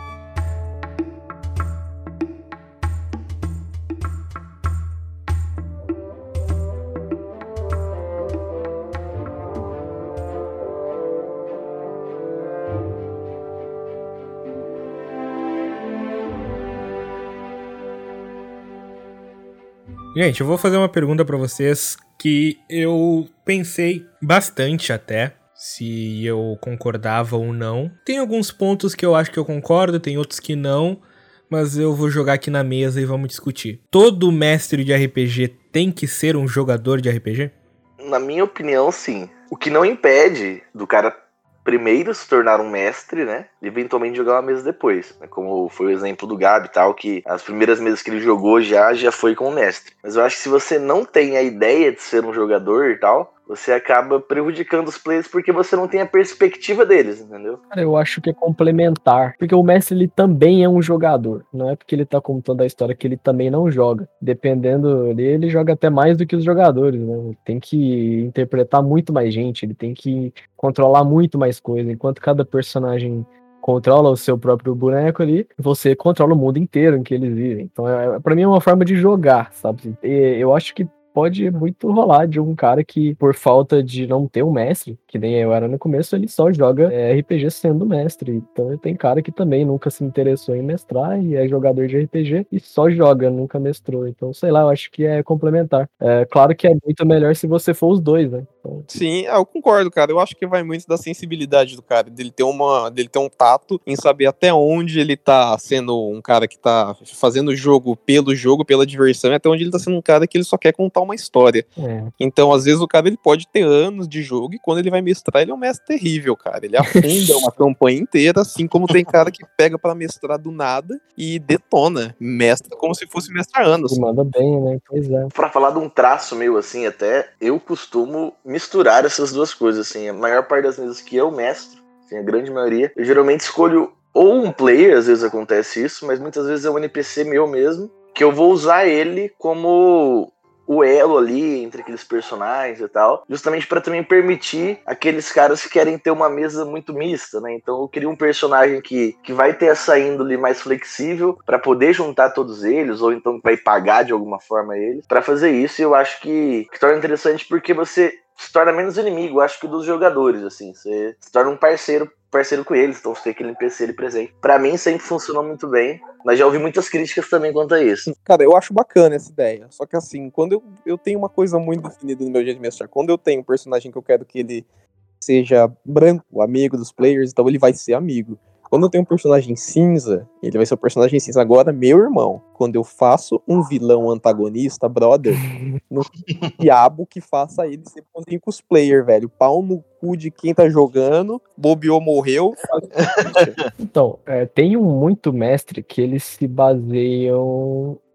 Gente, eu vou fazer uma pergunta pra vocês que eu pensei bastante até se eu concordava ou não. Tem alguns pontos que eu acho que eu concordo, tem outros que não, mas eu vou jogar aqui na mesa e vamos discutir. Todo mestre de R P G tem que ser um jogador de R P G? Na minha opinião, sim. O que não impede do cara primeiro se tornar um mestre, né? E eventualmente jogar uma mesa depois. Né? Como foi o exemplo do Gabi e tal, que as primeiras mesas que ele jogou já, já foi com o mestre. Mas eu acho que se você não tem a ideia de ser um jogador e tal, você acaba prejudicando os players porque você não tem a perspectiva deles, entendeu? Cara, eu acho que é complementar. Porque o mestre, ele também é um jogador. Não é porque ele tá contando a história que ele também não joga. Dependendo, ele, ele joga até mais do que os jogadores, né? Ele tem que interpretar muito mais gente, ele tem que controlar muito mais coisa. Enquanto cada personagem controla o seu próprio boneco ali, você controla o mundo inteiro em que eles vivem. Então, é, pra mim, é uma forma de jogar, sabe? E eu acho que pode muito rolar de um cara que, por falta de não ter um mestre, que nem eu era no começo, ele só joga é, R P G sendo mestre. Então tem cara que também nunca se interessou em mestrar e é jogador de R P G e só joga, nunca mestrou. Então, sei lá, eu acho que é complementar. É claro que é muito melhor se você for os dois, né? Então... Sim, eu concordo, cara. Eu acho que vai muito da sensibilidade do cara, dele ter, uma, dele ter um tato em saber até onde ele tá sendo um cara que tá fazendo o jogo pelo jogo, pela diversão, e até onde ele tá sendo um cara que ele só quer contar uma história. É. Então, às vezes, o cara ele pode ter anos de jogo e quando ele vai mestrar, ele é um mestre terrível, cara. Ele afunda uma campanha inteira, assim como tem cara que pega pra mestrar do nada e detona. Mestra como se fosse mestrar anos. E manda bem, né? Pois é. Pra falar de um traço meu, assim, até, eu costumo misturar essas duas coisas, assim. A maior parte das vezes que eu mestro, assim, a grande maioria, eu geralmente escolho ou um player, às vezes acontece isso, mas muitas vezes é um N P C meu mesmo, que eu vou usar ele como o elo ali entre aqueles personagens e tal, justamente para também permitir aqueles caras que querem ter uma mesa muito mista, né? Então eu queria um personagem que, que vai ter essa índole mais flexível para poder juntar todos eles, ou então vai pagar de alguma forma eles, para fazer isso. E eu acho que, que torna interessante porque você se torna menos inimigo, acho que dos jogadores, assim, você se torna um parceiro parceiro com eles, então você tem aquele N P C ali presente. Pra mim sempre funcionou muito bem, mas já ouvi muitas críticas também quanto a isso. Cara, eu acho bacana essa ideia, só que assim, quando eu, eu tenho uma coisa muito definida no meu jeito de mestrar, quando eu tenho um personagem que eu quero que ele seja branco, amigo dos players, então ele vai ser amigo. Quando eu tenho um personagem cinza, ele vai ser o personagem cinza. Agora, meu irmão, quando eu faço um vilão antagonista, brother, no diabo que faça ele ser bonzinho com os players, velho. Pau no cu de quem tá jogando, bobeou, morreu. Então, é, tem um muito mestre que eles se baseiam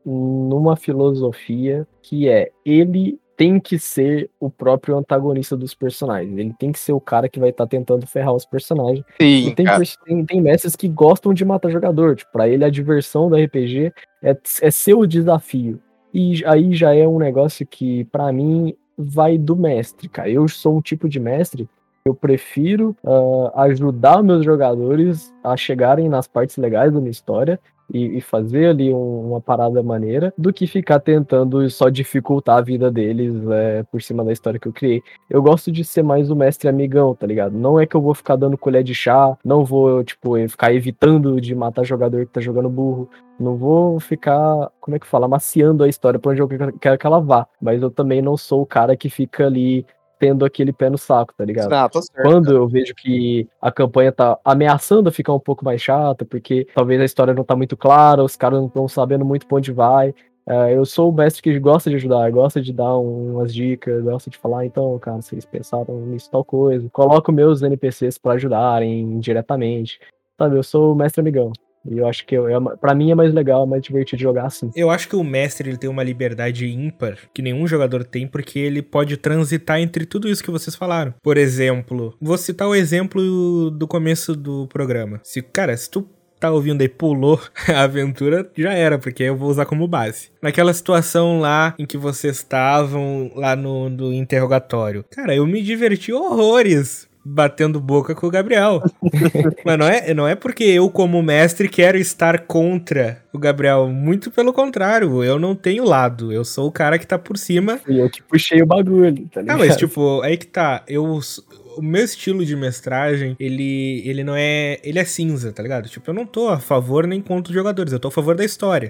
numa filosofia que é, ele tem que ser o próprio antagonista dos personagens. Ele tem que ser o cara que vai estar tá tentando ferrar os personagens. Sim, e tem, cara. tem, tem mestres que gostam de matar jogador. Tipo, pra ele a diversão do R P G é, é ser o desafio. E aí já é um negócio que, pra mim, vai do mestre, cara. Eu sou um tipo de mestre, eu prefiro uh, ajudar meus jogadores a chegarem nas partes legais da minha história e, e fazer ali um, uma parada maneira, do que ficar tentando só dificultar a vida deles é, por cima da história que eu criei. Eu gosto de ser mais o mestre amigão, tá ligado? Não é que eu vou ficar dando colher de chá, não vou, tipo, ficar evitando de matar jogador que tá jogando burro, não vou ficar, como é que fala, amaciando a história pra onde eu quero que ela vá, mas eu também não sou o cara que fica ali tendo aquele pé no saco, tá ligado? Ah, tá certo, Quando cara. eu vejo que a campanha tá ameaçando ficar um pouco mais chata, porque talvez a história não tá muito clara, os caras não estão sabendo muito pra onde vai, uh, eu sou o mestre que gosta de ajudar, gosta de dar um, umas dicas, gosta de falar, então, cara, vocês pensaram nisso, tal coisa. Coloco meus N P Cs pra ajudarem diretamente, sabe? Eu sou o mestre amigão. E eu acho que eu, eu, pra mim é mais legal, é mais divertido jogar assim. Eu acho que o mestre ele tem uma liberdade ímpar que nenhum jogador tem, porque ele pode transitar entre tudo isso que vocês falaram. Por exemplo, vou citar o exemplo do começo do programa. Se, cara, se tu tá ouvindo aí, pulou a aventura, já era, porque eu vou usar como base. Naquela situação lá em que vocês estavam lá no, no interrogatório. Cara, eu me diverti horrores batendo boca com o Gabriel. Mas não é, não é porque eu, como mestre, quero estar contra o Gabriel. Muito pelo contrário, eu não tenho lado. Eu sou o cara que tá por cima. E eu que puxei o bagulho, tá ligado? Ah, mas tipo, aí que tá. Eu... O meu estilo de mestragem, ele, ele não é... Ele é cinza, tá ligado? Tipo, eu não tô a favor nem contra os jogadores, eu tô a favor da história.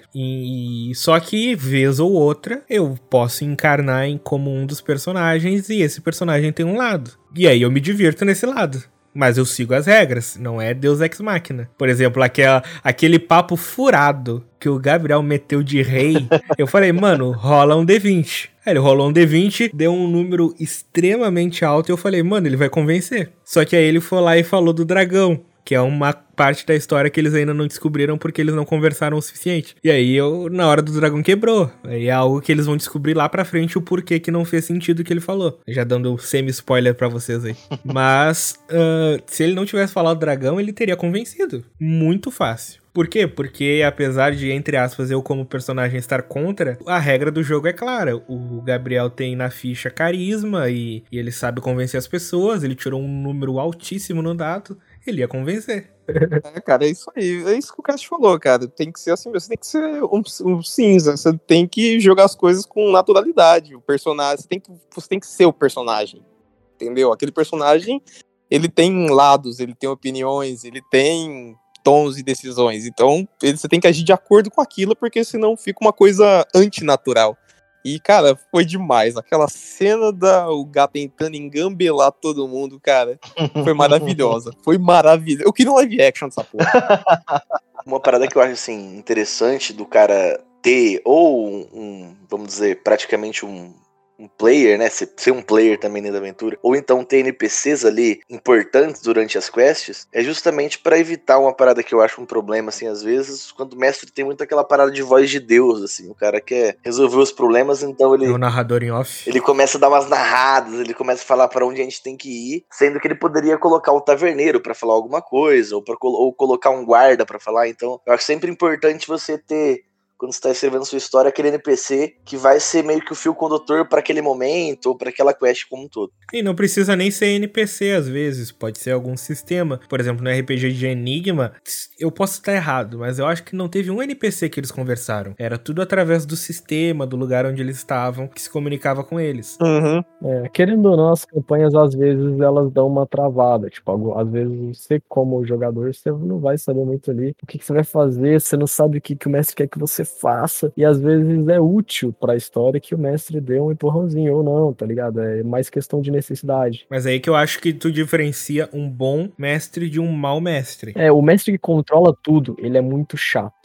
E só que, vez ou outra, eu posso encarnar em como um dos personagens e esse personagem tem um lado. E aí eu me divirto nesse lado. Mas eu sigo as regras, não é Deus Ex Machina. Por exemplo, aquela, aquele papo furado que o Gabriel meteu de rei. Eu falei, mano, rola um D vinte. Aí ele rolou um D vinte, deu um número extremamente alto e eu falei, mano, ele vai convencer. Só que aí ele foi lá e falou do dragão, que é uma parte da história que eles ainda não descobriram porque eles não conversaram o suficiente. E aí, eu, na hora do dragão quebrou. Aí é algo que eles vão descobrir lá pra frente o porquê que não fez sentido o que ele falou. Já dando semi-spoiler pra vocês aí. Mas, uh, se ele não tivesse falado dragão, ele teria convencido. Muito fácil. Por quê? Porque apesar de, entre aspas, eu como personagem estar contra, a regra do jogo é clara. O Gabriel tem na ficha carisma e, e ele sabe convencer as pessoas, ele tirou um número altíssimo no dado, ele ia convencer. É, cara, é isso aí. É isso que o Cássio falou, cara. Tem que ser assim, você tem que ser um, um cinza, você tem que jogar as coisas com naturalidade. O personagem, você tem que, você tem que ser o personagem, entendeu? Aquele personagem, ele tem lados, ele tem opiniões, ele tem tons e decisões. Então, você tem que agir de acordo com aquilo, porque senão fica uma coisa antinatural. E, cara, foi demais. Aquela cena da o gato tentando engambelar todo mundo, cara, foi maravilhosa. Foi maravilhosa. Eu queria um live action dessa porra. Uma parada que eu acho, assim, interessante do cara ter, ou um, um vamos dizer, praticamente um... um player, né, ser, ser um player também dentro da aventura, ou então ter N P Cs ali importantes durante as quests, é justamente pra evitar uma parada que eu acho um problema, assim, às vezes, quando o mestre tem muito aquela parada de voz de Deus, assim, o cara quer resolver os problemas, então ele... É o narrador em off. Ele começa a dar umas narradas, ele começa a falar pra onde a gente tem que ir, sendo que ele poderia colocar um taverneiro pra falar alguma coisa, ou, pra, ou colocar um guarda pra falar, então eu acho sempre importante você ter, quando você está escrevendo sua história, aquele N P C que vai ser meio que o fio condutor para aquele momento ou para aquela quest como um todo. E não precisa nem ser N P C às vezes, pode ser algum sistema. Por exemplo, no R P G de Enigma, eu posso estar errado, mas eu acho que não teve um N P C que eles conversaram. Era tudo através do sistema, do lugar onde eles estavam, que se comunicava com eles. Uhum. É, querendo ou não, as campanhas às vezes elas dão uma travada. Tipo, às vezes você, como jogador, você não vai saber muito ali o que, que você vai fazer, você não sabe o que, que o mestre quer que você faça, e às vezes é útil pra história que o mestre dê um empurrãozinho ou não, tá ligado? É mais questão de necessidade. Mas aí que eu acho que tu diferencia um bom mestre de um mau mestre. É, o mestre que controla tudo, ele é muito chato.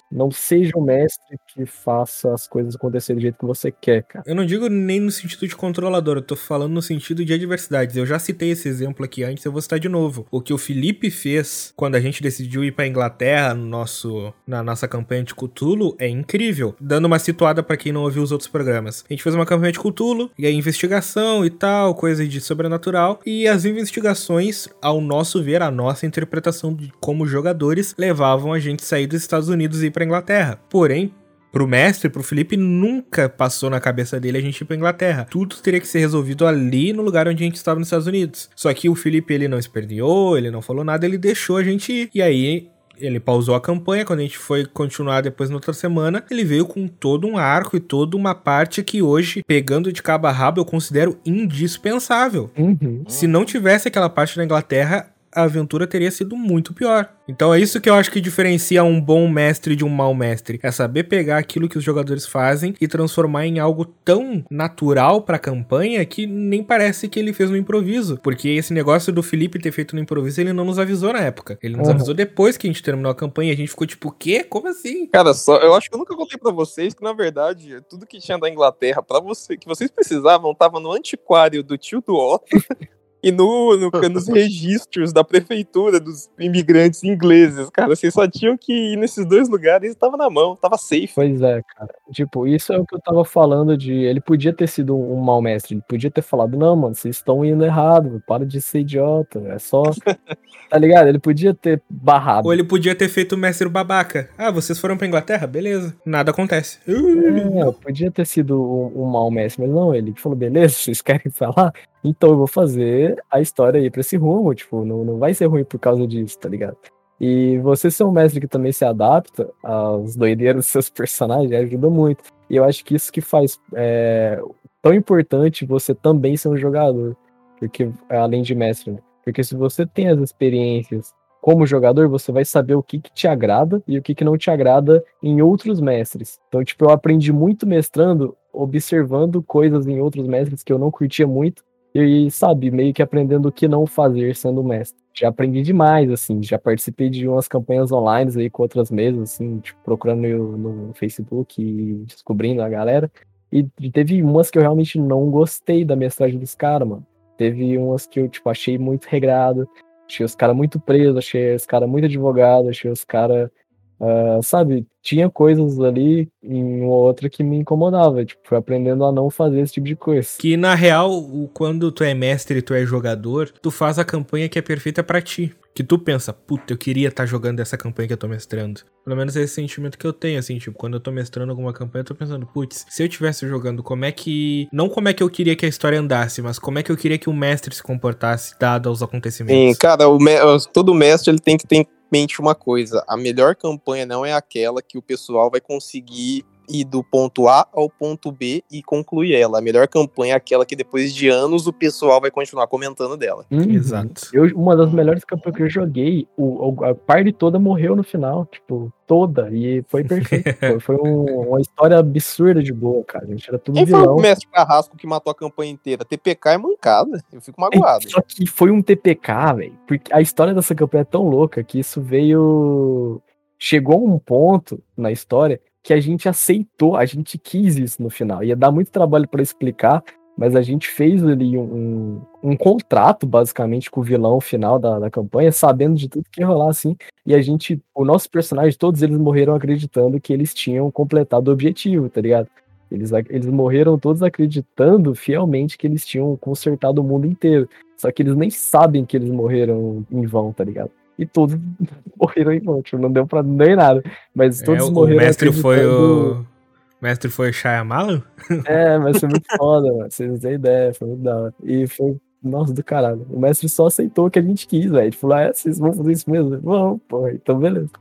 Não seja o mestre que faça as coisas acontecerem do jeito que você quer, cara. Eu não digo nem no sentido de controlador, eu tô falando no sentido de adversidades. Eu já citei esse exemplo aqui antes, eu vou citar de novo. O que o Felipe fez quando a gente decidiu ir pra Inglaterra no nosso, na nossa campanha de Cthulhu é incrível. Dando uma situada pra quem não ouviu os outros programas. A gente fez uma campanha de Cthulhu, e aí investigação e tal, coisa de sobrenatural, e as investigações, ao nosso ver, a nossa interpretação de como jogadores, levavam a gente a sair dos Estados Unidos e ir pra Inglaterra. Porém, pro mestre, pro Felipe, nunca passou na cabeça dele a gente ir pra Inglaterra. Tudo teria que ser resolvido ali no lugar onde a gente estava nos Estados Unidos. Só que o Felipe, ele não esperneou, ele não falou nada, ele deixou a gente ir. E aí, ele pausou a campanha, quando a gente foi continuar depois na outra semana, ele veio com todo um arco e toda uma parte que hoje, pegando de cabo a rabo, eu considero indispensável. Uhum. Se não tivesse aquela parte da Inglaterra, a aventura teria sido muito pior. Então é isso que eu acho que diferencia um bom mestre de um mau mestre. É saber pegar aquilo que os jogadores fazem e transformar em algo tão natural pra campanha que nem parece que ele fez no improviso. Porque esse negócio do Felipe ter feito no improviso, ele não nos avisou na época. Ele nos Uhum. avisou depois que a gente terminou a campanha e a gente ficou tipo, o quê? Como assim? Cara, só, eu acho que eu nunca contei pra vocês que, na verdade, tudo que tinha da Inglaterra pra você, que vocês precisavam, tava no antiquário do tio do Otto e no, no, nos registros da prefeitura dos imigrantes ingleses, cara. Vocês só tinham que ir nesses dois lugares e tava na mão, tava safe. Pois é, cara. Tipo, isso é o que eu tava falando de... Ele podia ter sido um, um mau mestre. Ele podia ter falado, não, mano, vocês estão indo errado. Para de ser idiota. É só... Tá ligado? Ele podia ter barrado. Ou ele podia ter feito o mestre babaca. Ah, vocês foram pra Inglaterra? Beleza. Nada acontece. É, podia ter sido um, um mau mestre, mas não, ele falou, beleza, vocês querem falar? Então eu vou fazer a história aí pra esse rumo, tipo, não, não vai ser ruim por causa disso, tá ligado? E você ser um mestre que também se adapta às doideiras dos seus personagens ajuda muito. E eu acho que isso que faz é, tão importante você também ser um jogador, porque além de mestre, né? Porque se você tem as experiências como jogador, você vai saber o que, que te agrada e o que, que não te agrada em outros mestres. Então, tipo, eu aprendi muito mestrando, observando coisas em outros mestres que eu não curtia muito e, sabe, meio que aprendendo o que não fazer sendo mestre. Já aprendi demais, assim, já participei de umas campanhas online aí com outras mesas, assim, tipo, procurando no, no Facebook e descobrindo a galera. E teve umas que eu realmente não gostei da mestragem dos caras, mano. Teve umas que eu, tipo, achei muito regrado. Achei os caras muito presos, achei os caras muito advogados, achei os caras, uh, sabe, tinha coisas ali em uma outra que me incomodava, tipo, fui aprendendo a não fazer esse tipo de coisa. Que na real, o- quando tu é mestre e tu é jogador, tu faz a campanha que é perfeita pra ti. Que tu pensa, puta, eu queria estar jogando essa campanha que eu tô mestrando. Pelo menos é esse sentimento que eu tenho, assim, tipo, quando eu tô mestrando alguma campanha, eu tô pensando, putz, se eu estivesse jogando, como é que... Não como é que eu queria que a história andasse, mas como é que eu queria que o mestre se comportasse, dado aos acontecimentos. Sim, cara, o me- todo mestre ele tem que ter em mente uma coisa: a melhor campanha não é aquela que o pessoal vai conseguir ir do ponto A ao ponto B e concluir ela. A melhor campanha é aquela que depois de anos o pessoal vai continuar comentando dela. Uhum. Exato. Eu, uma das melhores campanhas que eu joguei, o, o- a party toda morreu no final, tipo, toda, e foi perfeito. foi foi um- uma história absurda de boa, cara. A gente era tudo Quem foi vilão. o mestre Carrasco que matou a campanha inteira? T P K é mancada. Eu fico magoado. Só que foi um T P K, velho. Porque a história dessa campanha é tão louca que isso veio. Chegou a um ponto na história que a gente aceitou, a gente quis isso no final. Ia dar muito trabalho pra explicar, mas a gente fez ali um, um, um contrato, basicamente, com o vilão final da, da campanha, sabendo de tudo que ia rolar, assim. E a gente, o nosso personagem, todos eles morreram acreditando que eles tinham completado o objetivo, tá ligado? Eles, eles morreram todos acreditando fielmente que eles tinham consertado o mundo inteiro. Só que eles nem sabem que eles morreram em vão, tá ligado? E todos morreram em vão, tipo, não deu pra nem nada. Mas todos É, o morreram mestre foi acreditando... o... O mestre foi o Shyamalan? É, mas foi muito foda, mano. Vocês não têm ideia, foi muito da hora. E foi, nossa, do caralho. O mestre só aceitou o que a gente quis, velho. Ele falou, ah, vocês vão fazer isso mesmo? Vamos, pô, então beleza.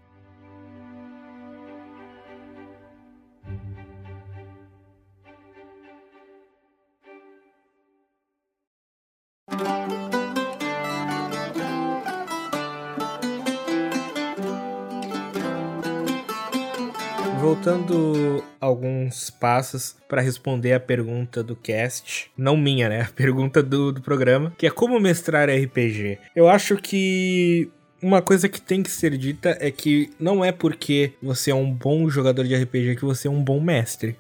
Voltando alguns passos para responder a pergunta do cast, não minha, né? A pergunta do, do programa, que é como mestrar R P G. Eu acho que Uma coisa que tem que ser dita é que não é porque você é um bom jogador de R P G que você é um bom mestre.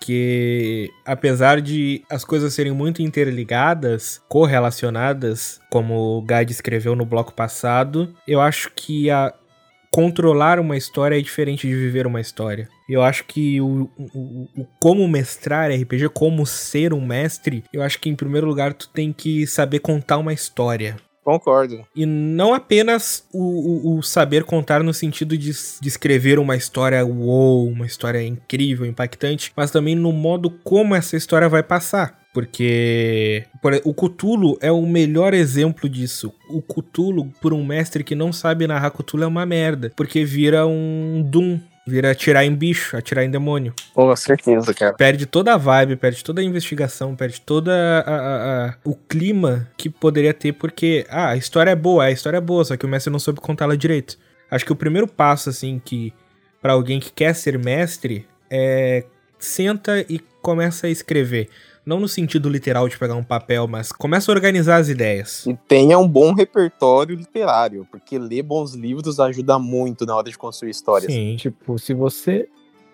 Porque apesar de as coisas serem muito interligadas, correlacionadas, como o Guy escreveu no bloco passado, eu acho que a controlar uma história é diferente de viver uma história. Eu acho que o, o, o como mestrar R P G, como ser um mestre, eu acho que em primeiro lugar tu tem que saber contar uma história. Concordo. E não apenas o, o, o saber contar no sentido de, de escrever uma história uou, uma história incrível, impactante, mas também no modo como essa história vai passar. Porque por, o Cthulhu é o melhor exemplo disso. O Cthulhu, por um mestre que não sabe narrar Cthulhu, é uma merda. Porque vira um Doom. Vira atirar em bicho, atirar em demônio. Com certeza, cara. Perde toda a vibe, perde toda a investigação, perde toda a, a, a, o clima que poderia ter, porque, ah, a história é boa, a história é boa, só que o mestre não soube contá-la direito. Acho que o primeiro passo, assim, que pra alguém que quer ser mestre, é senta e começa a escrever. Não no sentido literal de pegar um papel, mas começa a organizar as ideias. E tenha um bom repertório literário, porque ler bons livros ajuda muito na hora de construir histórias. Sim. Tipo, se você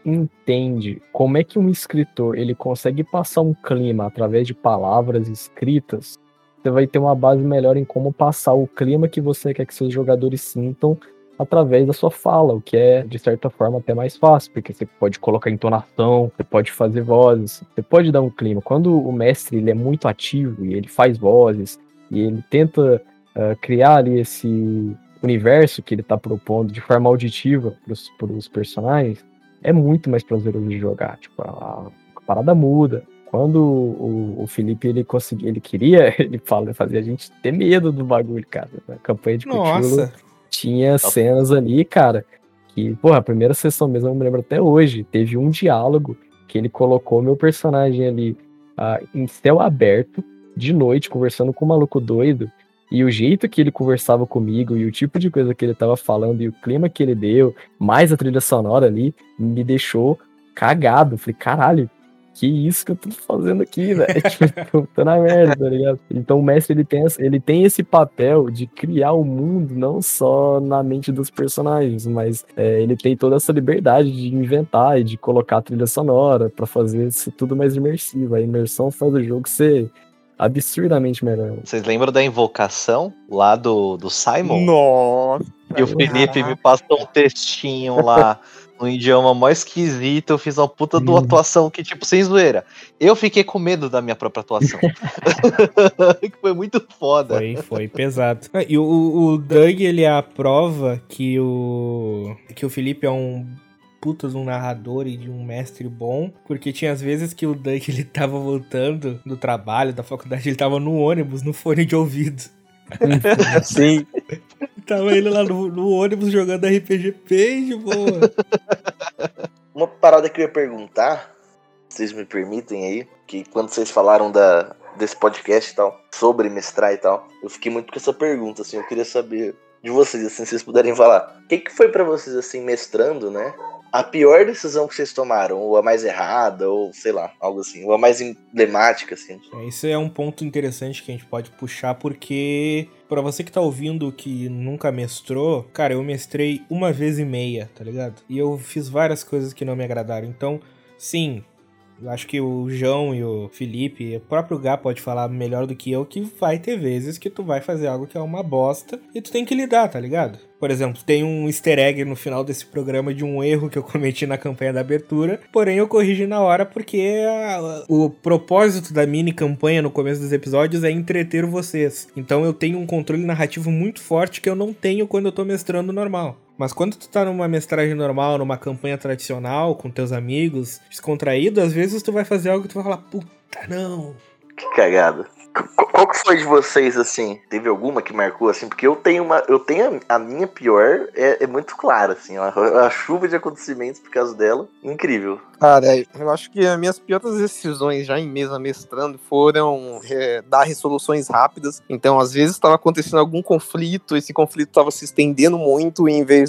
entende como é que um escritor ele consegue passar um clima através de palavras escritas, você vai ter uma base melhor em como passar o clima que você quer que seus jogadores sintam através da sua fala, o que é, de certa forma, até mais fácil, porque você pode colocar entonação, você pode fazer vozes, você pode dar um clima. Quando o mestre ele é muito ativo e ele faz vozes, e ele tenta uh, criar ali esse universo que ele está propondo de forma auditiva para os personagens, é muito mais prazeroso de jogar. Tipo, a, a parada muda. Quando o, o Felipe ele conseguia, ele queria, ele fala, fazia a gente ter medo do bagulho, cara. A campanha de Cthulhu. Nossa! Tinha cenas ali, cara, que, porra, a primeira sessão mesmo eu me lembro até hoje. Teve um diálogo que ele colocou meu personagem ali uh, em céu aberto, de noite, conversando com um maluco doido. E o jeito que ele conversava comigo e o tipo de coisa que ele tava falando e o clima que ele deu, mais a trilha sonora ali, me deixou cagado. Falei, caralho, que isso que eu tô fazendo aqui, velho? Tipo, tô na merda, tá ligado? Então o mestre, ele tem, ele tem esse papel de criar o mundo não só na mente dos personagens, mas é, ele tem toda essa liberdade de inventar e de colocar a trilha sonora pra fazer isso tudo mais imersivo. A imersão faz o jogo ser absurdamente melhor. Vocês lembram da invocação lá do, do Simon? Nossa! E o Felipe me passou um textinho lá no idioma mó esquisito. Eu fiz uma puta de uma atuação que, tipo, sem zoeira. Eu fiquei com medo da minha própria atuação. Que foi muito foda. Foi, foi pesado. Ah, e o, o Doug, ele é a prova que o, que o Felipe é um puta de um narrador e de um mestre bom, porque tinha às vezes que o Doug, ele tava voltando do trabalho, da faculdade, ele tava no ônibus, no fone de ouvido. Sim. Tava ele lá no, no ônibus jogando R P G bem de boa. Uma parada que eu ia perguntar, vocês me permitem aí, que quando vocês falaram da, desse podcast e tal, sobre mestrar e tal, eu fiquei muito com essa pergunta, assim, eu queria saber de vocês, assim, se vocês puderem falar. O que, que foi pra vocês, assim, mestrando, né? A pior decisão que vocês tomaram, ou a mais errada, ou sei lá, algo assim, ou a mais emblemática, assim. Isso é um ponto interessante que a gente pode puxar, porque pra você que tá ouvindo que nunca mestrou, cara, eu mestrei uma vez e meia, tá ligado? E eu fiz várias coisas que não me agradaram. Então, sim, eu acho que o João e o Felipe, o próprio Gá pode falar melhor do que eu, que vai ter vezes que tu vai fazer algo que é uma bosta e tu tem que lidar, tá ligado? Por exemplo, tem um easter egg no final desse programa de um erro que eu cometi na campanha da abertura, porém eu corrigi na hora porque a, o propósito da mini campanha no começo dos episódios é entreter vocês. Então eu tenho um controle narrativo muito forte que eu não tenho quando eu tô mestrando normal. Mas quando tu tá numa mestragem normal, numa campanha tradicional, com teus amigos, descontraído, às vezes tu vai fazer algo que tu vai falar, puta, não. Que cagada. Qual que foi de vocês, assim? Teve alguma que marcou, assim? Porque eu tenho uma... Eu tenho a, a minha pior, é, é muito clara, assim. A, a chuva de acontecimentos por causa dela, incrível. Cara, eu acho que as minhas piores decisões já em mesa mestrando foram é, dar resoluções rápidas. Então, às vezes, estava acontecendo algum conflito, esse conflito estava se estendendo muito, e em vez de eu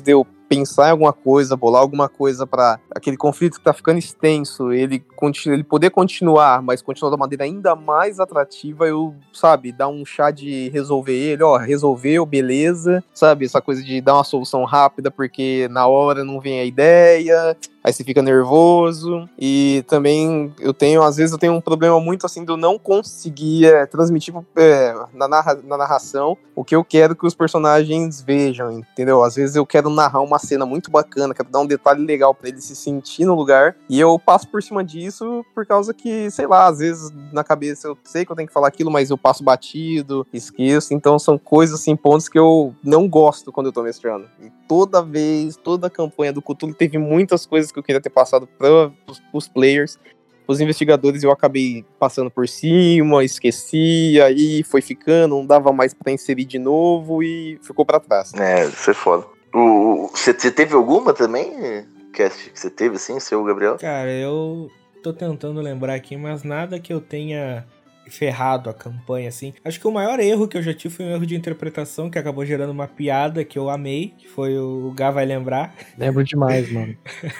pensar em alguma coisa, bolar alguma coisa pra aquele conflito que tá ficando extenso, ele, continu- ele poder continuar, mas continuar de uma maneira ainda mais atrativa, eu, sabe, dar um chá de resolver ele, ó, resolveu, beleza, sabe, essa coisa de dar uma solução rápida, porque na hora não vem a ideia, aí você fica nervoso, e também eu tenho, às vezes eu tenho um problema muito assim, de eu não conseguir é, transmitir é, na, narra- na narração o que eu quero que os personagens vejam, entendeu? Às vezes eu quero narrar uma cena muito bacana, quero dar um detalhe legal pra ele se sentir no lugar, e eu passo por cima disso por causa que, sei lá, às vezes na cabeça eu sei que eu tenho que falar aquilo, mas eu passo batido, esqueço, então são coisas assim, pontos que eu não gosto quando eu tô mestrando. E toda vez, toda a campanha do Cthulhu teve muitas coisas que eu queria ter passado para os players, os investigadores eu acabei passando por cima, esqueci, aí foi ficando, não dava mais pra inserir de novo e ficou pra trás. É, isso é foda. O, você teve alguma também, cast, que você teve, assim, seu Gabriel? Cara, eu tô tentando lembrar aqui, mas nada que eu tenha ferrado a campanha, assim. Acho que o maior erro que eu já tive foi um erro de interpretação que acabou gerando uma piada que eu amei, que foi o Gá vai lembrar. Lembro demais, mano.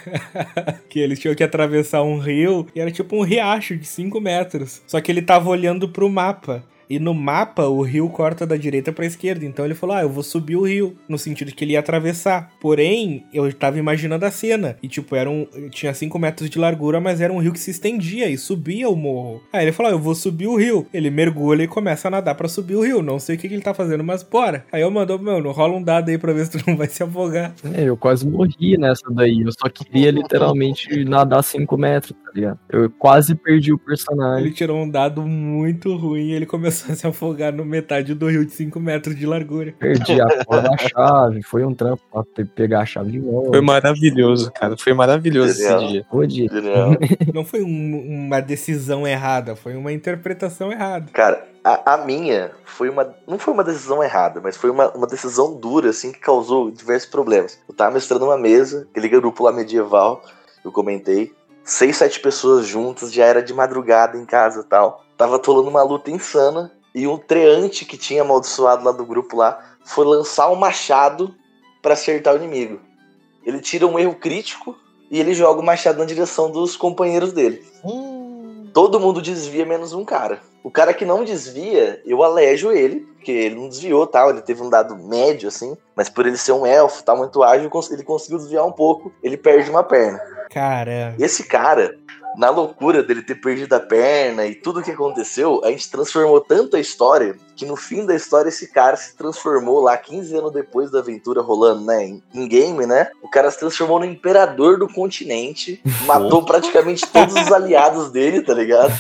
Que eles tinham que atravessar um rio e era tipo um riacho de cinco metros. Só que ele tava olhando pro mapa. E no mapa, o rio corta da direita pra esquerda. Então ele falou, ah, eu vou subir o rio. No sentido de que ele ia atravessar. Porém, eu tava imaginando a cena. E tipo, era um, tinha cinco metros de largura, mas era um rio que se estendia e subia o morro. Aí ele falou, ah, eu vou subir o rio. Ele mergulha e começa a nadar pra subir o rio. Não sei o que, que ele tá fazendo, mas bora. Aí eu mandou, mano, rola um dado aí pra ver se tu não vai se afogar. É, eu quase morri nessa daí. Eu só queria literalmente nadar cinco metros, tá ligado? Eu quase perdi o personagem. Ele tirou um dado muito ruim e ele começou a se afogar no metade do rio de cinco metros de largura. Perdi a porra da chave. Foi um trampo pra ter- pegar a chave de volta. Foi maravilhoso, cara, foi maravilhoso esse Genial. dia. Pode. Genial. Não foi um- uma decisão errada, foi uma interpretação errada. Cara, a, a minha foi uma. Não foi uma decisão errada, mas foi uma, uma decisão dura, assim, que causou diversos problemas. Eu tava mestrando uma mesa, aquele grupo lá medieval, eu comentei. Seis, sete pessoas juntas, já era de madrugada em casa e tal. Tava tolando uma luta insana. E um treante que tinha amaldiçoado lá do grupo lá foi lançar um machado pra acertar o inimigo. Ele tira um erro crítico e ele joga o machado na direção dos companheiros dele. Hum. Todo mundo desvia, menos um cara. O cara que não desvia, eu alejo ele, porque ele não desviou, tal, ele teve um dado médio, assim, mas por ele ser um elfo, tá muito ágil, ele conseguiu desviar um pouco, ele perde uma perna. Cara, Esse cara, na loucura dele ter perdido a perna e tudo o que aconteceu, a gente transformou tanto a história, que no fim da história esse cara se transformou lá quinze anos depois da aventura rolando, né, em, em game, né, o cara se transformou no imperador do continente, matou praticamente todos os aliados dele, tá ligado?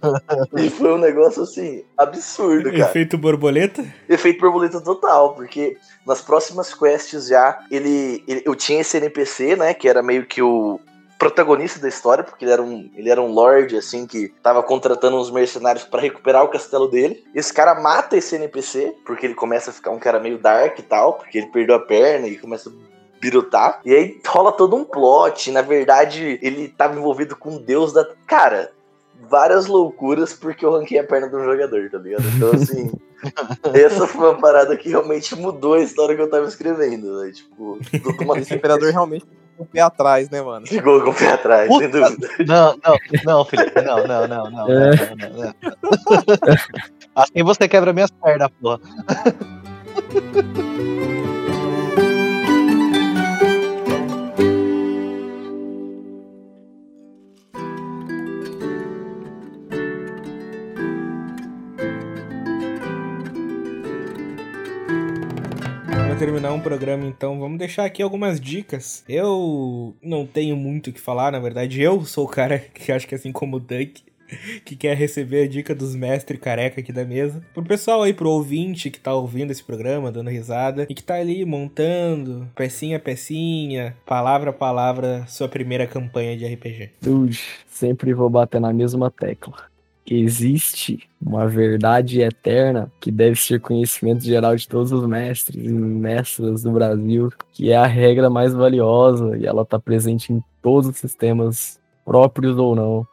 E foi um negócio, assim, absurdo, cara. efeito borboleta? Efeito borboleta total, porque nas próximas quests já, ele, ele eu tinha esse N P C, né, que era meio que o protagonista da história, porque ele era um, ele era um lord, assim, que tava contratando uns mercenários pra recuperar o castelo dele. Esse cara mata esse N P C, porque ele começa a ficar um cara meio dark e tal, porque ele perdeu a perna e começa a birutar. E aí rola todo um plot, na verdade, ele tava envolvido com o deus da... Cara, várias loucuras porque eu ranquei a perna do jogador, tá ligado? Então, assim, essa foi uma parada que realmente mudou a história que eu tava escrevendo, né? Tipo, uma... Esse imperador realmente ficou com o pé atrás, né, mano? Ficou com o pé atrás, Puta. sem dúvida. Não, não, não, Felipe, não, não, não, não, não, É. não, não, não. Assim você quebra minhas pernas, porra. Pra terminar um programa, então, vamos deixar aqui algumas dicas. Eu não tenho muito o que falar, na verdade, eu sou o cara que acho que assim como o Duck, que quer receber a dica dos mestres careca aqui da mesa. Pro pessoal aí, pro ouvinte que tá ouvindo esse programa, dando risada, e que tá ali montando, pecinha a pecinha, palavra a palavra, sua primeira campanha de R P G. Dude, sempre vou bater na mesma tecla. Existe uma verdade eterna que deve ser conhecimento geral de todos os mestres e mestras do Brasil, que é a regra mais valiosa e ela está presente em todos os sistemas, próprios ou não,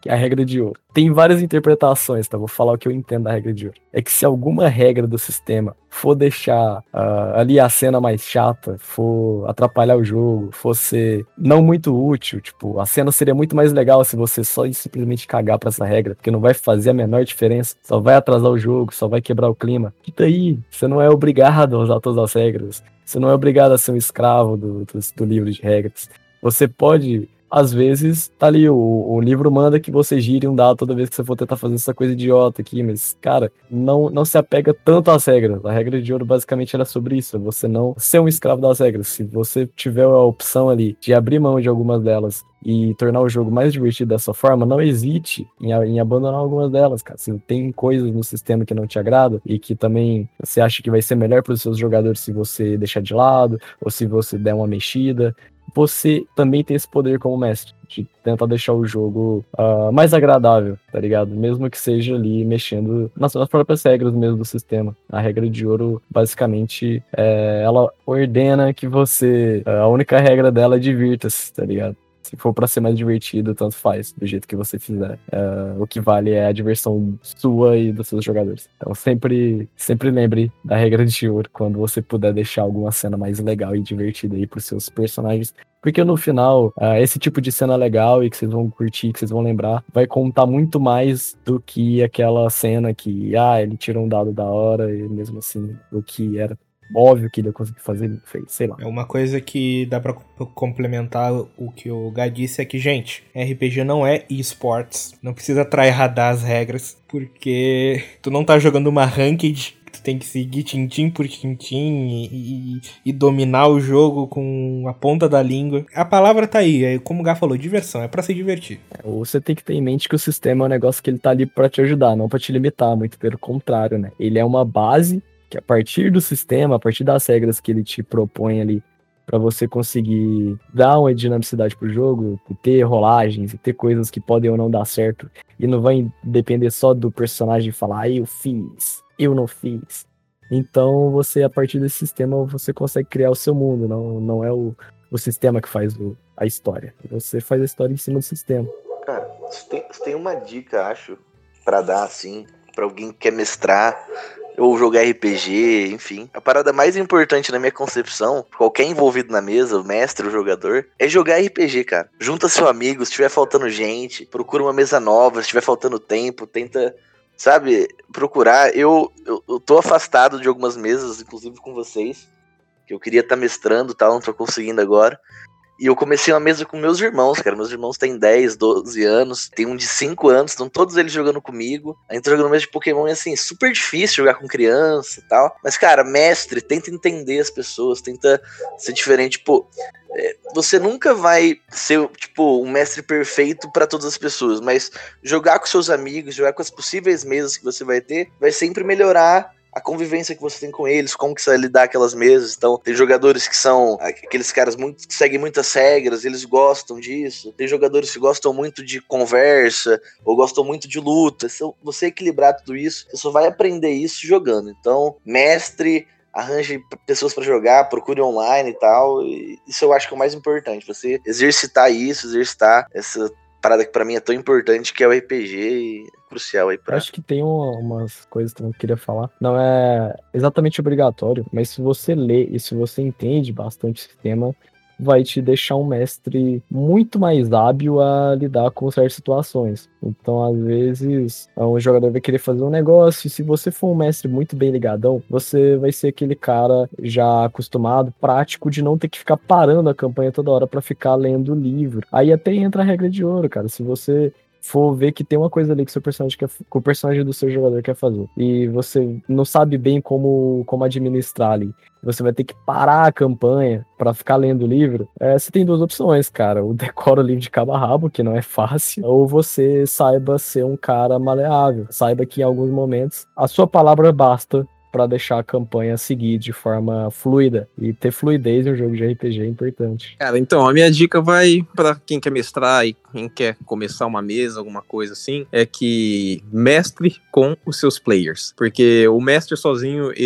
que é a regra de ouro. Tem várias interpretações, tá? Vou falar o que eu entendo da regra de ouro. É que se alguma regra do sistema for deixar uh, ali a cena mais chata, for atrapalhar o jogo, for ser não muito útil, tipo, a cena seria muito mais legal se você só simplesmente cagar pra essa regra, porque não vai fazer a menor diferença, só vai atrasar o jogo, só vai quebrar o clima. E daí, você não é obrigado a usar todas as regras, você não é obrigado a ser um escravo do, do, do livro de regras. Você pode... Às vezes, tá ali, o, o livro manda que você gire um dado toda vez que você for tentar fazer essa coisa idiota aqui, mas, cara, não, não se apega tanto às regras. A regra de ouro, basicamente, era sobre isso, você não ser um escravo das regras. Se você tiver a opção ali de abrir mão de algumas delas e tornar o jogo mais divertido dessa forma, não hesite em, em abandonar algumas delas, cara. Se tem coisas no sistema que não te agrada e que também você acha que vai ser melhor para os seus jogadores se você deixar de lado, ou se você der uma mexida, você também tem esse poder como mestre, de tentar deixar o jogo uh, mais agradável, tá ligado? Mesmo que seja ali mexendo nas, nas próprias regras mesmo do sistema. A regra de ouro, basicamente, é, ela ordena que você... A única regra dela é divirta-se, tá ligado? Se for pra ser mais divertido, tanto faz, do jeito que você fizer. Uh, o que vale é a diversão sua e dos seus jogadores. Então sempre, sempre lembre da regra de ouro quando você puder deixar alguma cena mais legal e divertida aí pros seus personagens. Porque no final, uh, esse tipo de cena legal e que vocês vão curtir, que vocês vão lembrar, vai contar muito mais do que aquela cena que, ah, ele tirou um dado da hora e mesmo assim, o que era óbvio que ele ia conseguir fazer, ele fez, sei lá. É uma coisa que dá pra complementar o que o Gá disse é que, gente, R P G não é esportes. Não precisa tryhardar as regras, porque tu não tá jogando uma ranked, tu tem que seguir tintim por tintim e, e, e dominar o jogo com a ponta da língua. A palavra tá aí, é como o Gá falou, diversão, é pra se divertir. Você tem que ter em mente que o sistema é um negócio que ele tá ali pra te ajudar, não pra te limitar, muito pelo contrário, né? Ele é uma base que a partir do sistema, a partir das regras que ele te propõe ali, para você conseguir dar uma dinamicidade pro jogo, e ter rolagens, e ter coisas que podem ou não dar certo, e não vai depender só do personagem falar, ah, eu fiz, eu não fiz. Então, você, a partir desse sistema, você consegue criar o seu mundo, não, não é o, o sistema que faz o, a história. Você faz a história em cima do sistema. Cara, você tem, você tem uma dica, acho, pra dar, assim, pra alguém que quer mestrar ou jogar R P G, enfim. A parada mais importante na minha concepção, qualquer envolvido na mesa, o mestre, o jogador, é jogar R P G, cara. Junta seu amigo, se tiver faltando gente, procura uma mesa nova, se tiver faltando tempo, tenta, sabe, procurar. Eu, eu, eu tô afastado de algumas mesas, inclusive com vocês, que eu queria estar tá mestrando e tal, não tô conseguindo agora. E eu comecei uma mesa com meus irmãos, cara. Meus irmãos têm dez, doze anos. Tem um de cinco anos, estão todos eles jogando comigo. A gente tá jogando mesa de Pokémon e, assim, super difícil jogar com criança e tal. Mas, cara, mestre, tenta entender as pessoas, tenta ser diferente. Pô, é, você nunca vai ser, tipo, um mestre perfeito pra todas as pessoas. Mas jogar com seus amigos, jogar com as possíveis mesas que você vai ter, vai sempre melhorar a convivência que você tem com eles, como que você vai lidar aquelas mesas. Então, tem jogadores que são aqueles caras muito, que seguem muitas regras, eles gostam disso. Tem jogadores que gostam muito de conversa, ou gostam muito de luta. Então, você equilibrar tudo isso, você só vai aprender isso jogando. Então, mestre, arranje pessoas pra jogar, procure online e tal. E isso eu acho que é o mais importante, você exercitar isso, exercitar essa parada que pra mim é tão importante, que é o R P G, e é crucial aí pra... Eu acho que tem uma, umas coisas que eu queria falar. Não é exatamente obrigatório, mas se você lê e se você entende bastante o sistema, vai te deixar um mestre muito mais hábil a lidar com certas situações. Então, às vezes, um jogador vai querer fazer um negócio, e se você for um mestre muito bem ligadão, você vai ser aquele cara já acostumado, prático, de não ter que ficar parando a campanha toda hora pra ficar lendo o livro. Aí até entra a regra de ouro, cara. Se você for ver que tem uma coisa ali que, seu personagem quer, que o personagem do seu jogador quer fazer, e você não sabe bem como, como administrar ali, você vai ter que parar a campanha pra ficar lendo o livro, é, você tem duas opções, cara. O decora o livro de cabo a rabo, que não é fácil, ou você saiba ser um cara maleável, saiba que em alguns momentos a sua palavra basta pra deixar a campanha seguir de forma fluida. E ter fluidez em um jogo de R P G é importante. Cara, então, a minha dica vai pra quem quer mestrar e quem quer começar uma mesa, alguma coisa assim, é que mestre com os seus players. Porque o mestre sozinho, ele